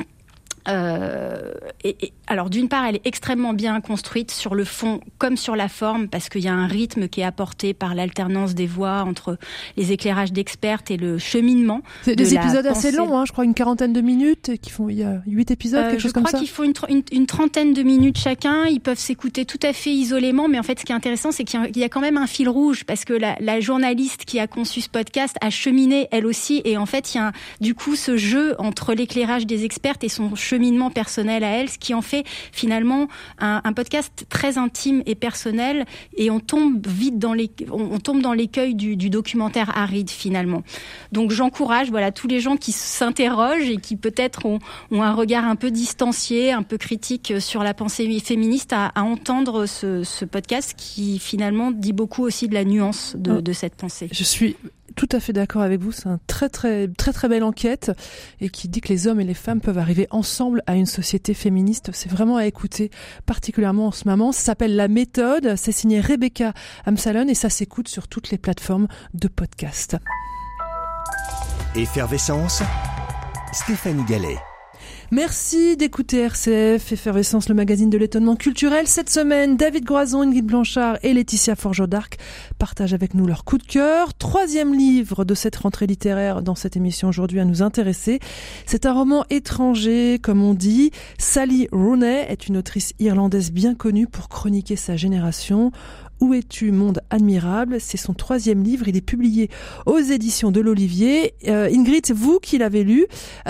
alors d'une part, elle est extrêmement bien construite sur le fond comme sur la forme, parce qu'il y a un rythme qui est apporté par l'alternance des voix entre les éclairages d'expertes et le cheminement. C'est des épisodes assez longs, je crois une 40aine de minutes, il y a 8 épisodes, quelque chose comme ça. Je crois qu'ils font une 30aine de minutes chacun, ils peuvent s'écouter tout à fait isolément, mais en fait ce qui est intéressant, c'est qu'il y a quand même un fil rouge, parce que la journaliste qui a conçu ce podcast a cheminé elle aussi, et en fait il y a du coup ce jeu entre l'éclairage des expertes et son cheminement personnel à elle, ce qui en fait finalement un podcast très intime et personnel, et on tombe vite dans l'écueil du documentaire aride finalement. Donc j'encourage tous les gens qui s'interrogent et qui peut-être ont un regard un peu distancié, un peu critique sur la pensée féministe à entendre ce podcast qui finalement dit beaucoup aussi de la nuance de cette pensée. Je suis tout à fait d'accord avec vous, c'est une très très très très belle enquête et qui dit que les hommes et les femmes peuvent arriver ensemble à une société féministe. C'est vraiment à écouter, particulièrement en ce moment. Ça s'appelle La Méthode, c'est signé Rebecca Amsalon et ça s'écoute sur toutes les plateformes de podcast. Effervescence, Stéphanie Gallet. Merci d'écouter RCF, Effervescence, le magazine de l'étonnement culturel. Cette semaine, David Groison, Ingrid Blanchard et Laetitia Forgeot d'Arc partagent avec nous leur coup de cœur. 3e livre de cette rentrée littéraire dans cette émission aujourd'hui à nous intéresser. C'est un roman étranger, comme on dit. Sally Rooney est une autrice irlandaise bien connue pour chroniquer sa génération. Où es-tu, monde admirable? C'est son 3e livre. Il est publié aux éditions de l'Olivier. Ingrid, c'est vous qui l'avez lu.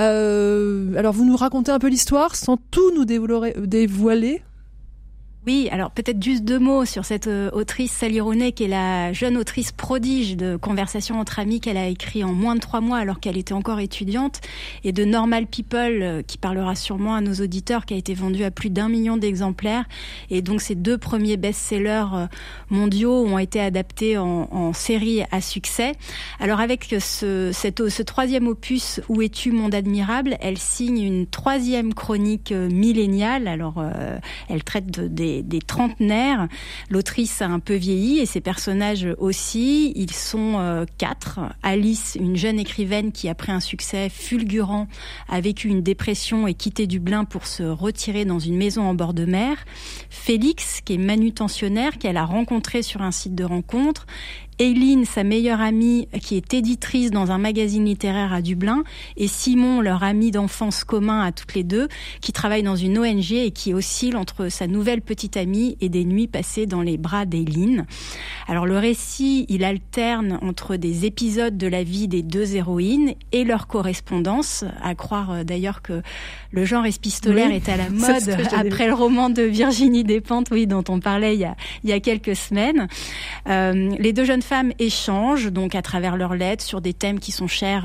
Alors, vous nous racontez un peu l'histoire sans tout nous dévoiler. Oui, alors peut-être juste 2 mots sur cette autrice Sally Rooney, qui est la jeune autrice prodige de Conversations entre amis qu'elle a écrit en moins de 3 mois alors qu'elle était encore étudiante, et de Normal People, qui parlera sûrement à nos auditeurs, qui a été vendu à plus d'1 million d'exemplaires. Et donc ces 2 premiers best-sellers mondiaux ont été adaptés en série à succès. Alors avec ce 3e opus, Où es-tu, monde admirable, elle signe une 3e chronique milléniale. Alors elle traite des trentenaires. L'autrice a un peu vieilli et ses personnages aussi. Ils sont 4. Alice, une jeune écrivaine qui, après un succès fulgurant, a vécu une dépression et quitté Dublin pour se retirer dans une maison en bord de mer. Félix, qui est manutentionnaire, qu'elle a rencontré sur un site de rencontre. Aileen, sa meilleure amie, qui est éditrice dans un magazine littéraire à Dublin, et Simon, leur ami d'enfance commun à toutes les deux, qui travaille dans une ONG et qui oscille entre sa nouvelle petite amie et des nuits passées dans les bras d'Aileen. Alors le récit, il alterne entre des épisodes de la vie des 2 héroïnes et leur correspondance, à croire d'ailleurs que le genre épistolaire est à la mode après le roman de Virginie Despentes, dont on parlait il y a quelques semaines. Les 2 jeunes femmes échangent donc à travers leurs lettres sur des thèmes qui sont chers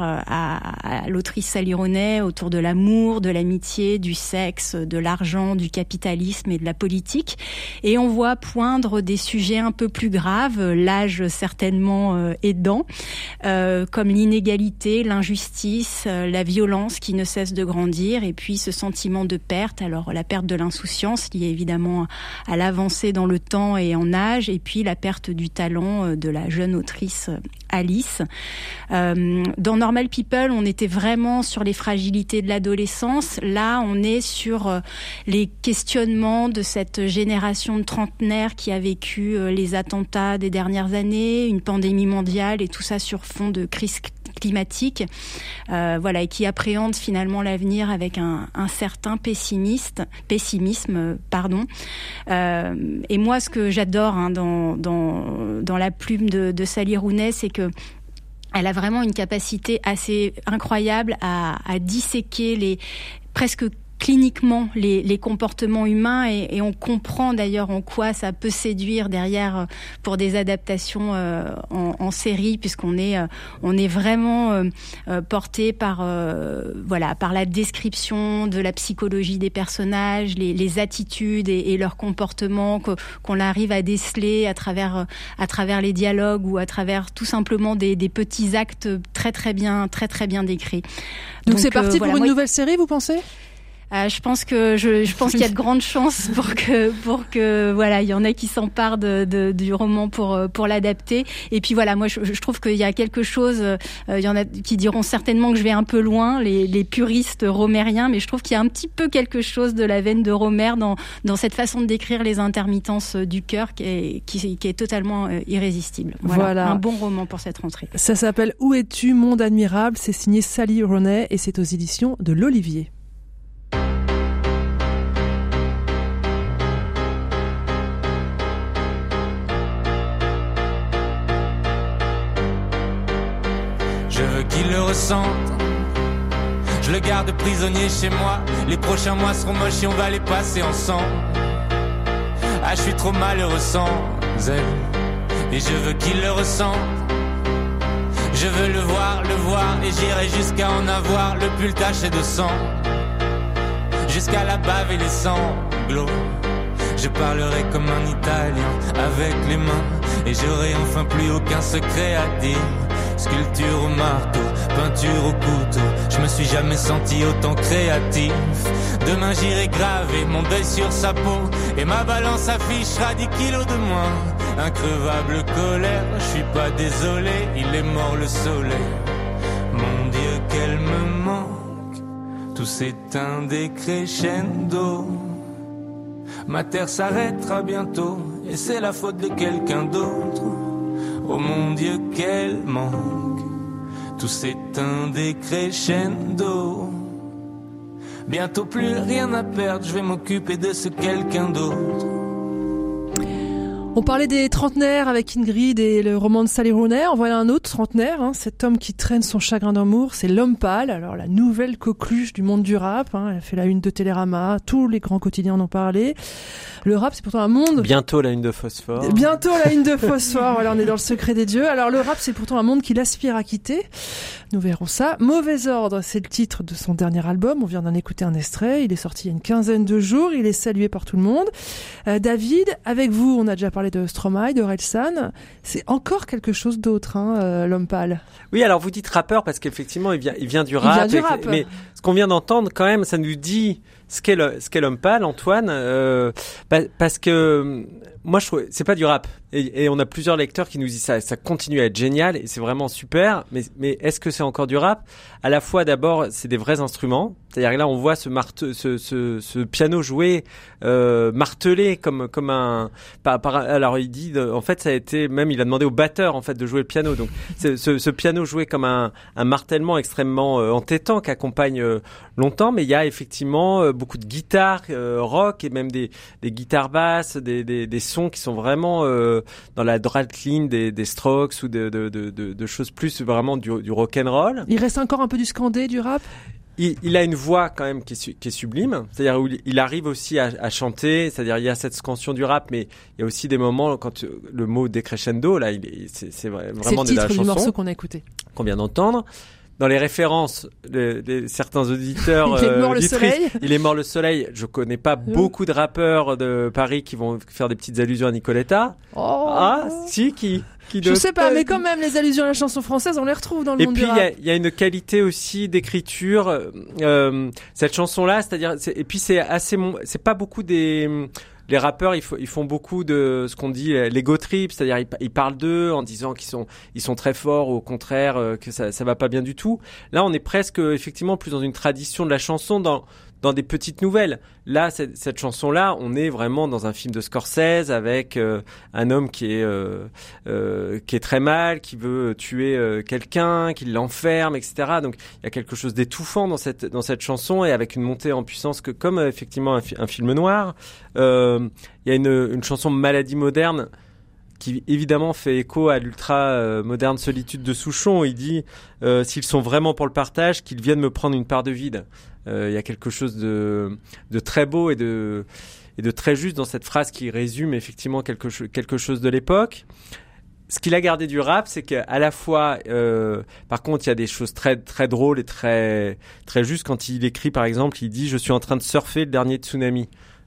à l'autrice Sally Rooney, autour de l'amour, de l'amitié, du sexe, de l'argent, du capitalisme et de la politique. Et on voit poindre des sujets un peu plus graves, l'âge certainement aidant, comme l'inégalité, l'injustice, la violence qui ne cesse de grandir, et puis ce sentiment de perte. Alors la perte de l'insouciance liée évidemment à l'avancée dans le temps et en âge, et puis la perte du talent de la jeune autrice Alice. Dans Normal People, on était vraiment sur les fragilités de l'adolescence. Là, on est sur les questionnements de cette génération de trentenaires qui a vécu les attentats des dernières années, une pandémie mondiale, et tout ça sur fond de crise climatique, et qui appréhende finalement l'avenir avec un certain pessimisme. Et moi, ce que j'adore dans la plume de Sally Rooney, c'est que elle a vraiment une capacité assez incroyable à disséquer presque cliniquement les comportements humains, et on comprend d'ailleurs en quoi ça peut séduire derrière pour des adaptations en série, puisqu'on est vraiment porté par la description de la psychologie des personnages, les attitudes et leurs comportements qu'on arrive à déceler à travers les dialogues ou à travers tout simplement des petits actes très très bien décrits. Donc c'est parti pour une nouvelle série, vous pensez ? Je pense qu'il y a de grandes chances pour que voilà, il y en a qui s'emparent du roman pour l'adapter. Et puis voilà, moi je trouve qu'il y a quelque chose. Il y en a qui diront certainement que je vais un peu loin, les puristes romériens, mais je trouve qu'il y a un petit peu quelque chose de la veine de Rohmer dans cette façon de décrire les intermittences du cœur qui est totalement irrésistible. Voilà, un bon roman pour cette rentrée. Ça s'appelle Où es-tu, monde admirable. C'est signé Sally Rooney et c'est aux éditions de l'Olivier. Je veux qu'il le ressente. Je le garde prisonnier chez moi. Les prochains mois seront moches et on va les passer ensemble. Ah, je suis trop malheureux sans elle. Et je veux qu'il le ressente. Je veux le voir, et j'irai jusqu'à en avoir le pull taché de sang. Jusqu'à la bave et les sanglots. Je parlerai comme un Italien avec les mains. Et j'aurai enfin plus aucun secret à dire. Sculpture au marteau, peinture au couteau. Je me suis jamais senti autant créatif. Demain j'irai graver mon deuil sur sa peau. Et ma balance affichera 10 kilos de moins. Increvable colère, je suis pas désolé. Il est mort le soleil. Mon Dieu qu'elle me manque. Tout s'éteint décrescendo. Ma terre s'arrêtera bientôt. Et c'est la faute de quelqu'un d'autre. Oh mon Dieu qu'elle manque. Tout s'éteint décrescendo. Bientôt plus rien à perdre. Je vais m'occuper de ce quelqu'un d'autre. On parlait des trentenaires avec Ingrid et le roman de Sally Rooney. On voit un autre trentenaire, cet homme qui traîne son chagrin d'amour, c'est L'Homme Pâle. Alors la nouvelle coqueluche du monde du rap, elle a fait la une de Télérama, tous les grands quotidiens en ont parlé. Le rap, c'est pourtant un monde... Bientôt la une de Phosphore. Bientôt la une de Phosphore, voilà, on est dans le secret des dieux. Alors le rap, c'est pourtant un monde qu'il aspire à quitter. Nous verrons ça. Mauvais ordre, c'est le titre de son dernier album. On vient d'en écouter un extrait. Il est sorti il y a une quinzaine de jours. Il est salué par tout le monde. David, avec vous, on a déjà parlé de Stromae, de Orelsan. C'est encore quelque chose d'autre, L'Homme Pâle. Oui, alors vous dites rappeur parce qu'effectivement, il vient du rap. Mais ce qu'on vient d'entendre, quand même, ça nous dit ce qu'est L'Homme Pâle, Antoine, parce que moi je trouve c'est pas du rap et on a plusieurs lecteurs qui nous disent ça continue à être génial et c'est vraiment super, mais est-ce que c'est encore du rap? À la fois, d'abord, c'est des vrais instruments, c'est-à-dire que là on voit ce piano joué martelé comme un alors il dit en fait ça a été même il a demandé au batteur en fait de jouer le piano, donc ce piano joué comme un martèlement extrêmement entêtant qui accompagne longtemps, mais il y a effectivement beaucoup de guitares rock et même des guitares basses, des sons qui sont vraiment dans la droite ligne des Strokes ou de choses plus vraiment du rock'n'roll. Il reste encore un peu du scandé, du rap? Il a une voix quand même qui est sublime, c'est-à-dire où il arrive aussi à chanter, c'est-à-dire il y a cette scansion du rap, mais il y a aussi des moments quand le mot décrescendo, là, c'est vraiment de la chanson. C'est le titre du morceau qu'on a écouté. Qu'on vient d'entendre. Dans les références, certains auditeurs il est mort le soleil. Il est mort le soleil. Je connais pas beaucoup de rappeurs de Paris qui vont faire des petites allusions à Nicoletta. Oh. Ah, si, qui je sais pas, mais quand même, les allusions à la chanson française, on les retrouve dans le monde du rap. Et puis, il y a une qualité aussi d'écriture. Cette chanson-là, c'est-à-dire, et puis c'est pas beaucoup les rappeurs, ils font beaucoup de ce qu'on dit l'ego trip, c'est-à-dire ils parlent d'eux en disant ils sont très forts, ou au contraire que ça va pas bien du tout. Là, on est presque effectivement plus dans une tradition de la chanson, dans des petites nouvelles. Là, cette chanson-là, on est vraiment dans un film de Scorsese avec un homme qui est très mal, qui veut tuer quelqu'un, qui l'enferme, etc. Donc, il y a quelque chose d'étouffant dans cette chanson et avec une montée en puissance que comme effectivement un film noir. Il y a une chanson Maladie moderne qui évidemment fait écho à l'ultra moderne Solitude de Souchon, où il dit s'ils sont vraiment pour le partage, qu'ils viennent me prendre une part de vide. Il y a quelque chose de très beau et de très juste dans cette phrase qui résume effectivement quelque chose de l'époque. Ce qu'il a gardé du rap, c'est qu'à la fois, par contre, il y a des choses très très drôles et très très justes. Quand il écrit, par exemple, il dit « Je suis en train de surfer le dernier tsunami ».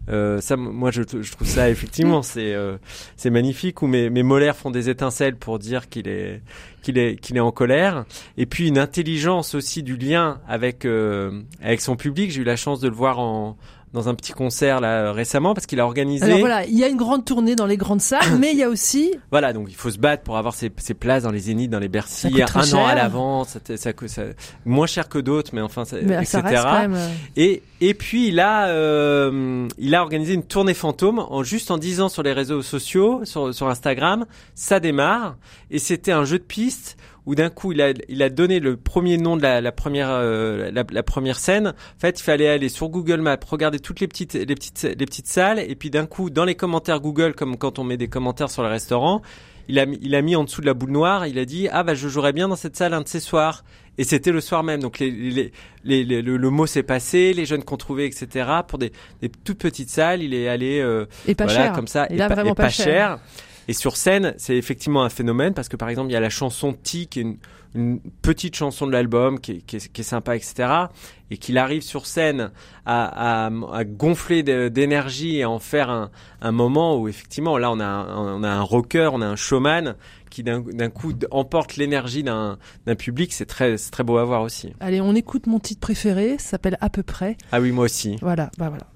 Ça, moi, je trouve ça effectivement, c'est magnifique. Où mes molaires font des étincelles pour dire qu'il est en colère. Et puis une intelligence aussi du lien avec son public. J'ai eu la chance de le voir dans un petit concert là récemment parce qu'il a organisé. Alors voilà, il y a une grande tournée dans les grandes salles, mais il y a aussi. Voilà, donc il faut se battre pour avoir ses places dans les Zéniths, dans les Bercy, un an à l'avance. Ça moins cher que d'autres, mais enfin, etc. Ça reste quand même... Et puis il a organisé une tournée fantôme juste en disant sur les réseaux sociaux, sur Instagram, ça démarre. Et c'était un jeu de pistes où d'un coup il a donné le premier nom de la première scène. En fait, il fallait aller sur Google Maps, regarder toutes les petites salles, et puis d'un coup dans les commentaires Google, comme quand on met des commentaires sur le restaurant, il a mis en dessous de la boule noire, il a dit je jouerais bien dans cette salle un de ces soirs. Et c'était le soir même, donc le mot s'est passé, les jeunes qu'on trouvait, etc. Pour des toutes petites salles, il est allé et pas cher. Comme ça, et vraiment pas cher. Et sur scène, c'est effectivement un phénomène parce que par exemple, il y a la chanson Ti, qui est une petite chanson de l'album qui est sympa, etc. Et qu'il arrive sur scène à gonfler d'énergie et à en faire un moment où effectivement, là, on a un rocker, on a un showman qui d'un coup emporte l'énergie d'un public. C'est très beau à voir aussi. Allez, on écoute mon titre préféré, ça s'appelle À peu près. Ah oui, moi aussi. Voilà, voilà.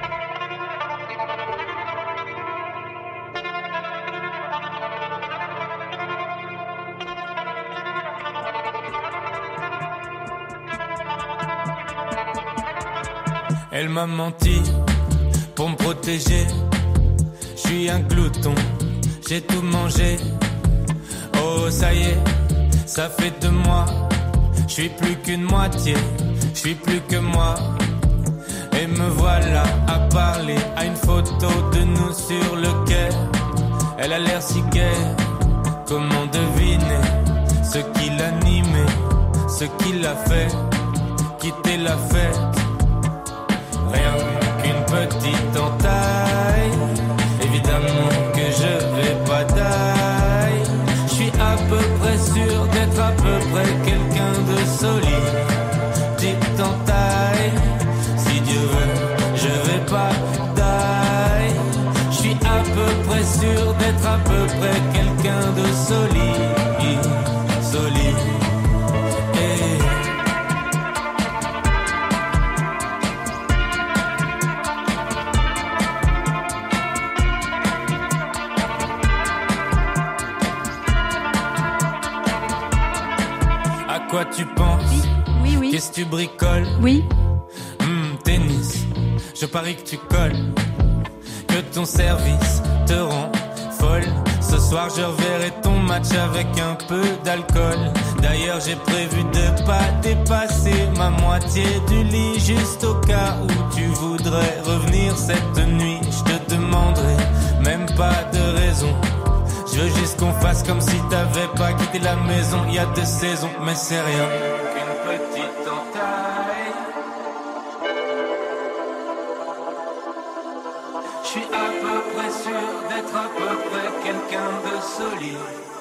Elle m'a menti pour me protéger. Je suis un glouton, j'ai tout mangé. Oh ça y est, ça fait de moi. Je suis plus qu'une moitié, je suis plus que moi. Et me voilà à parler à une photo de nous sur le quai. Elle a l'air si gaie, comment deviner ce qui l'animait, ce qui l'a fait quitter la fête. Rien qu'une petite entaille, évidemment que je vais pas taille. Je suis à peu près sûr d'être à peu près quelqu'un de solide. Petite entaille, si Dieu veut, je vais pas taille. Je suis à peu près sûr d'être à peu près quelqu'un de solide, solide. Quoi tu penses? Oui. Qu'est-ce que tu bricoles? Oui. Tennis, je parie que tu colles. Que ton service te rend folle. Ce soir je reverrai ton match avec un peu d'alcool. D'ailleurs j'ai prévu de pas dépasser ma moitié du lit, juste au cas où tu voudrais revenir cette nuit. Je te demanderai même pas de raison. Je veux juste qu'on fasse comme si t'avais pas quitté la maison. Il y a 2 saisons, mais c'est rien qu'une petite entaille. Je suis à peu près sûr d'être à peu près quelqu'un de solide.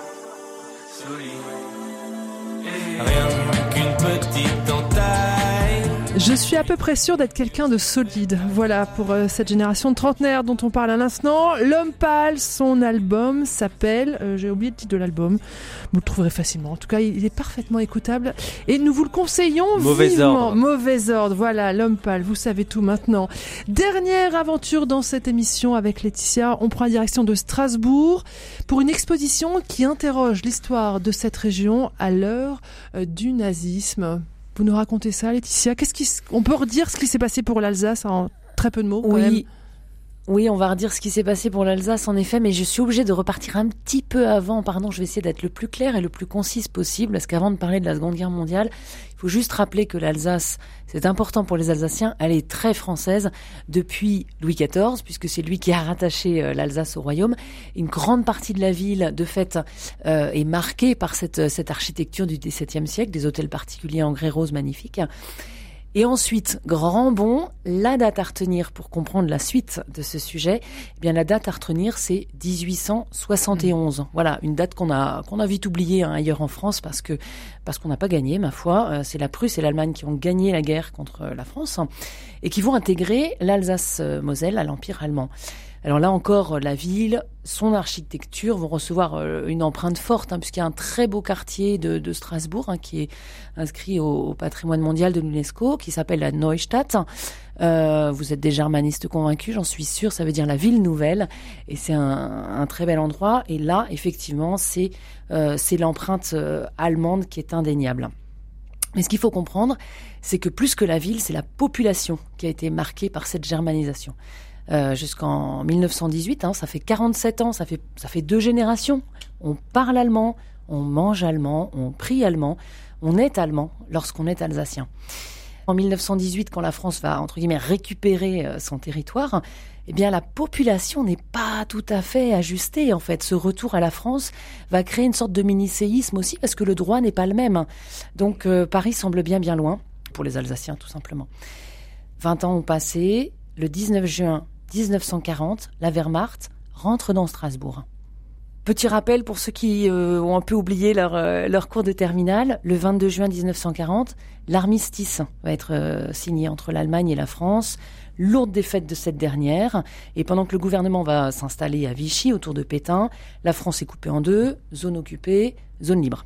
Et rien qu'une petite entaille. Je suis à peu près sûre d'être quelqu'un de solide. Voilà pour cette génération de trentenaires dont on parle à l'instant. L'Homme Pâle, son album s'appelle... j'ai oublié le titre de l'album. Vous le trouverez facilement. En tout cas, il est parfaitement écoutable. Et nous vous le conseillons vivement. Mauvais ordre. Voilà, L'Homme Pâle. Vous savez tout maintenant. Dernière aventure dans cette émission avec Laetitia. On prend la direction de Strasbourg pour une exposition qui interroge l'histoire de cette région à l'heure du nazisme. Vous nous racontez ça, Laetitia. On peut redire ce qui s'est passé pour l'Alsace en très peu de mots, quand même. Oui, on va redire ce qui s'est passé pour l'Alsace, en effet, mais je suis obligée de repartir un petit peu avant. Pardon, je vais essayer d'être le plus clair et le plus concise possible, parce qu'avant de parler de la Seconde Guerre mondiale, il faut juste rappeler que l'Alsace, c'est important pour les Alsaciens, elle est très française depuis Louis XIV, puisque c'est lui qui a rattaché l'Alsace au royaume. Une grande partie de la ville, de fait, est marquée par cette architecture du XVIIe siècle, des hôtels particuliers en grès rose magnifiques. Et ensuite, grand bond, la date à retenir pour comprendre la suite de ce sujet, eh bien la date à retenir, c'est 1871. Voilà, une date qu'on a vite oubliée ailleurs en France parce qu'on n'a pas gagné, ma foi. C'est la Prusse et l'Allemagne qui ont gagné la guerre contre la France et qui vont intégrer l'Alsace-Moselle à l'Empire allemand. Alors là encore, la ville, son architecture vont recevoir une empreinte forte, puisqu'il y a un très beau quartier de Strasbourg qui est inscrit au patrimoine mondial de l'UNESCO, qui s'appelle la Neustadt. Vous êtes des germanistes convaincus, j'en suis sûre, ça veut dire la ville nouvelle, et c'est un très bel endroit. Et là, effectivement, c'est l'empreinte allemande qui est indéniable. Mais ce qu'il faut comprendre, c'est que plus que la ville, c'est la population qui a été marquée par cette germanisation. Jusqu'en 1918, ça fait 47 ans, ça fait 2 générations. On parle allemand, on mange allemand, on prie allemand, on est allemand lorsqu'on est alsacien. En 1918, quand la France va, entre guillemets, récupérer son territoire, eh bien, la population n'est pas tout à fait ajustée, en fait. Ce retour à la France va créer une sorte de mini-séisme aussi, parce que le droit n'est pas le même. Donc, Paris semble bien loin, pour les Alsaciens, tout simplement. 20 ans ont passé. Le 19 juin 1940, la Wehrmacht rentre dans Strasbourg. Petit rappel pour ceux qui ont un peu oublié leur cours de terminale, le 22 juin 1940, l'armistice va être signé entre l'Allemagne et la France, lourde défaite de cette dernière, et pendant que le gouvernement va s'installer à Vichy, autour de Pétain, la France est coupée en 2, zone occupée, zone libre.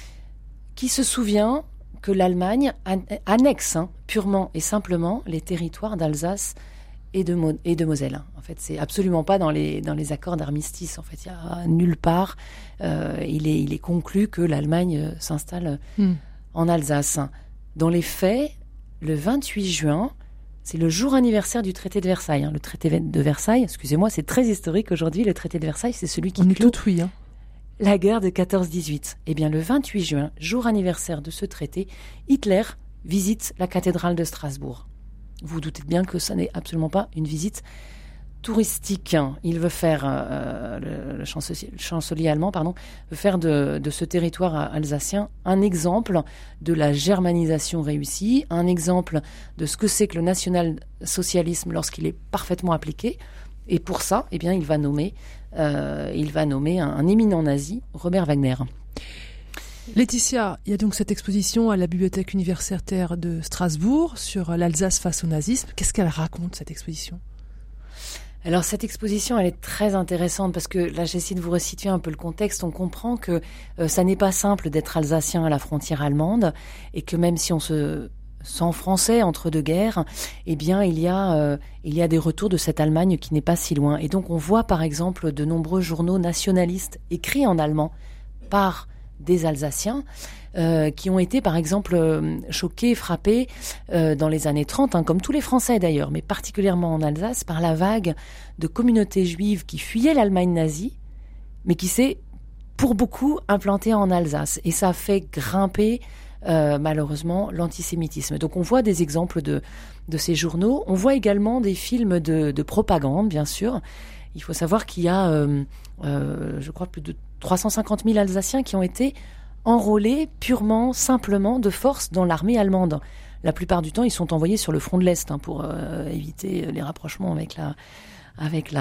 Qui se souvient que l'Allemagne annexe purement et simplement les territoires d'Alsace et de Moselle. En fait, c'est absolument pas dans les accords d'armistice. En fait, il y a nulle part. Il est conclu que l'Allemagne s'installe en Alsace. Dans les faits, le 28 juin, c'est le jour anniversaire du traité de Versailles. Le traité de Versailles, excusez-moi, c'est très historique aujourd'hui. Le traité de Versailles, c'est celui qui clôt la guerre de 14-18. Eh bien, le 28 juin, jour anniversaire de ce traité, Hitler visite la cathédrale de Strasbourg. Vous vous doutez bien que ça n'est absolument pas une visite touristique. Il veut faire, le chancelier allemand, veut faire de ce territoire alsacien un exemple de la germanisation réussie, un exemple de ce que c'est que le national-socialisme lorsqu'il est parfaitement appliqué. Et pour ça, eh bien, il va nommer un éminent nazi, Robert Wagner. Laetitia, il y a donc cette exposition à la Bibliothèque universitaire de Strasbourg sur l'Alsace face au nazisme. Qu'est-ce qu'elle raconte, cette exposition ? Alors, cette exposition, elle est très intéressante parce que là, j'essaie de vous resituer un peu le contexte. On comprend que ça n'est pas simple d'être alsacien à la frontière allemande et que même si on se sent français entre deux guerres, eh bien, il y a des retours de cette Allemagne qui n'est pas si loin. Et donc, on voit, par exemple, de nombreux journaux nationalistes écrits en allemand par des Alsaciens qui ont été, par exemple, choqués, frappés dans les années 30, comme tous les Français d'ailleurs, mais particulièrement en Alsace, par la vague de communautés juives qui fuyaient l'Allemagne nazie, mais qui s'est, pour beaucoup, implantée en Alsace. Et ça a fait grimper, malheureusement, l'antisémitisme. Donc on voit des exemples de ces journaux. On voit également des films de propagande, bien sûr. Il faut savoir qu'il y a, je crois, plus de 350 000 Alsaciens qui ont été enrôlés purement, simplement, de force dans l'armée allemande. La plupart du temps, ils sont envoyés sur le front de l'Est pour éviter les rapprochements avec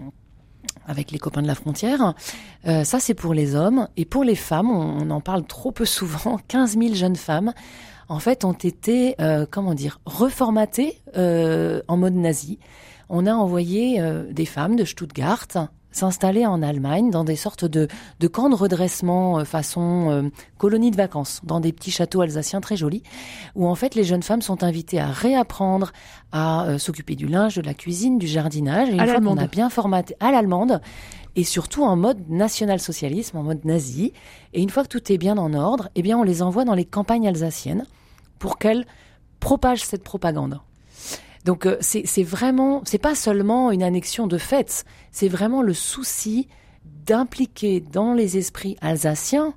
les copains de la frontière. Ça, c'est pour les hommes. Et pour les femmes, on en parle trop peu souvent, 15 000 jeunes femmes, en fait, ont été, reformatées en mode nazi. On a envoyé des femmes de Stuttgart s'installer en Allemagne dans des sortes de camps de redressement façon colonie de vacances, dans des petits châteaux alsaciens très jolis, où en fait les jeunes femmes sont invitées à réapprendre à s'occuper du linge, de la cuisine, du jardinage. Et une fois qu'on a bien formaté à l'allemande, et surtout en mode national-socialisme, en mode nazi. Et une fois que tout est bien en ordre, eh bien on les envoie dans les campagnes alsaciennes pour qu'elles propagent cette propagande. Donc c'est vraiment, c'est pas seulement une annexion de fait, c'est vraiment le souci d'impliquer dans les esprits alsaciens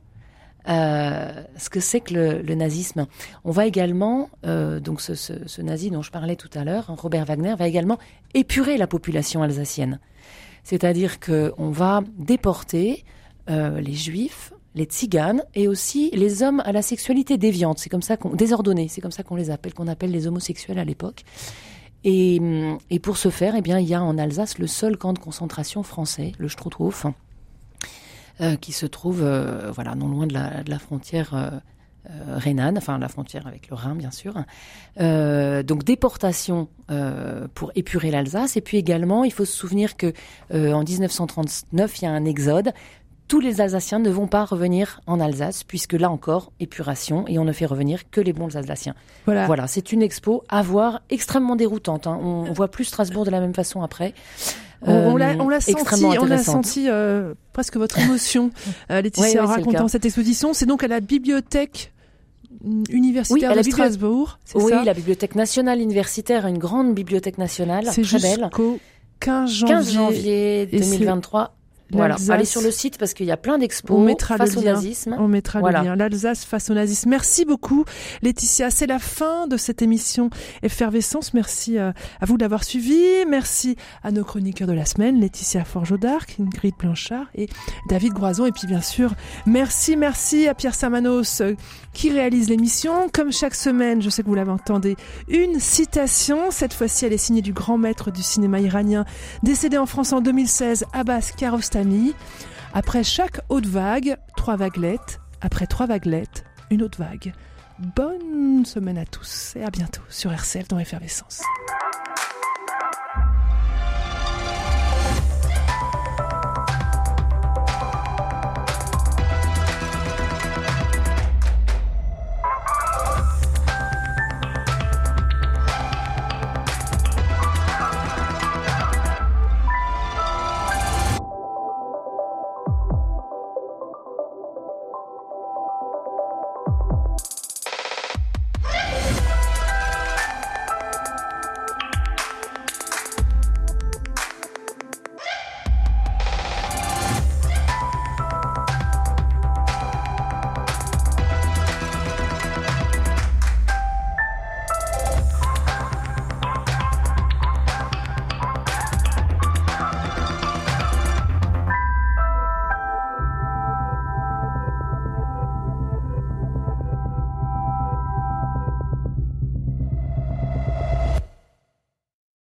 ce que c'est que le nazisme. On va également, donc ce nazi dont je parlais tout à l'heure, Robert Wagner, va également épurer la population alsacienne. C'est-à-dire qu'on va déporter les juifs, les tziganes et aussi les hommes à la sexualité déviante. C'est comme ça désordonnée, c'est comme ça qu'on les appelle, qu'on appelle les homosexuels à l'époque. Et pour ce faire, eh bien, il y a en Alsace le seul camp de concentration français, le Struthof, qui se trouve, non loin de la frontière rhénane, enfin la frontière avec le Rhin, bien sûr. Donc déportation pour épurer l'Alsace. Et puis également, il faut se souvenir que en 1939, il y a un exode. Tous les Alsaciens ne vont pas revenir en Alsace, puisque là encore, épuration, et on ne fait revenir que les bons Alsaciens. Voilà, c'est une expo à voir, extrêmement déroutante. Hein. On voit plus Strasbourg de la même façon après. On l'a senti presque votre émotion, Laetitia, en racontant cette exposition. C'est donc à la bibliothèque universitaire de Strasbourg, c'est ça ? Oui, la bibliothèque nationale universitaire, une grande bibliothèque nationale, c'est très belle. Jusqu'au 15 janvier 2023. Voilà, allez sur le site parce qu'il y a plein d'expos face au nazisme. On mettra le lien. L'Alsace face au nazisme. Merci beaucoup, Laetitia. C'est la fin de cette émission Effervescence. Merci à vous d'avoir suivi. Merci à nos chroniqueurs de la semaine, Laetitia Forgeau-Darc, Ingrid Blanchard et David Groison. Et puis bien sûr, merci à Pierre Samanos qui réalise l'émission. Comme chaque semaine, je sais que vous l'avez entendu, une citation. Cette fois-ci, elle est signée du grand maître du cinéma iranien, décédé en France en 2016, Abbas Kiarostami. Après chaque haute vague, 3 vaguelettes. Après 3 vaguelettes, une autre vague. Bonne semaine à tous et à bientôt sur RCF dans Effervescence.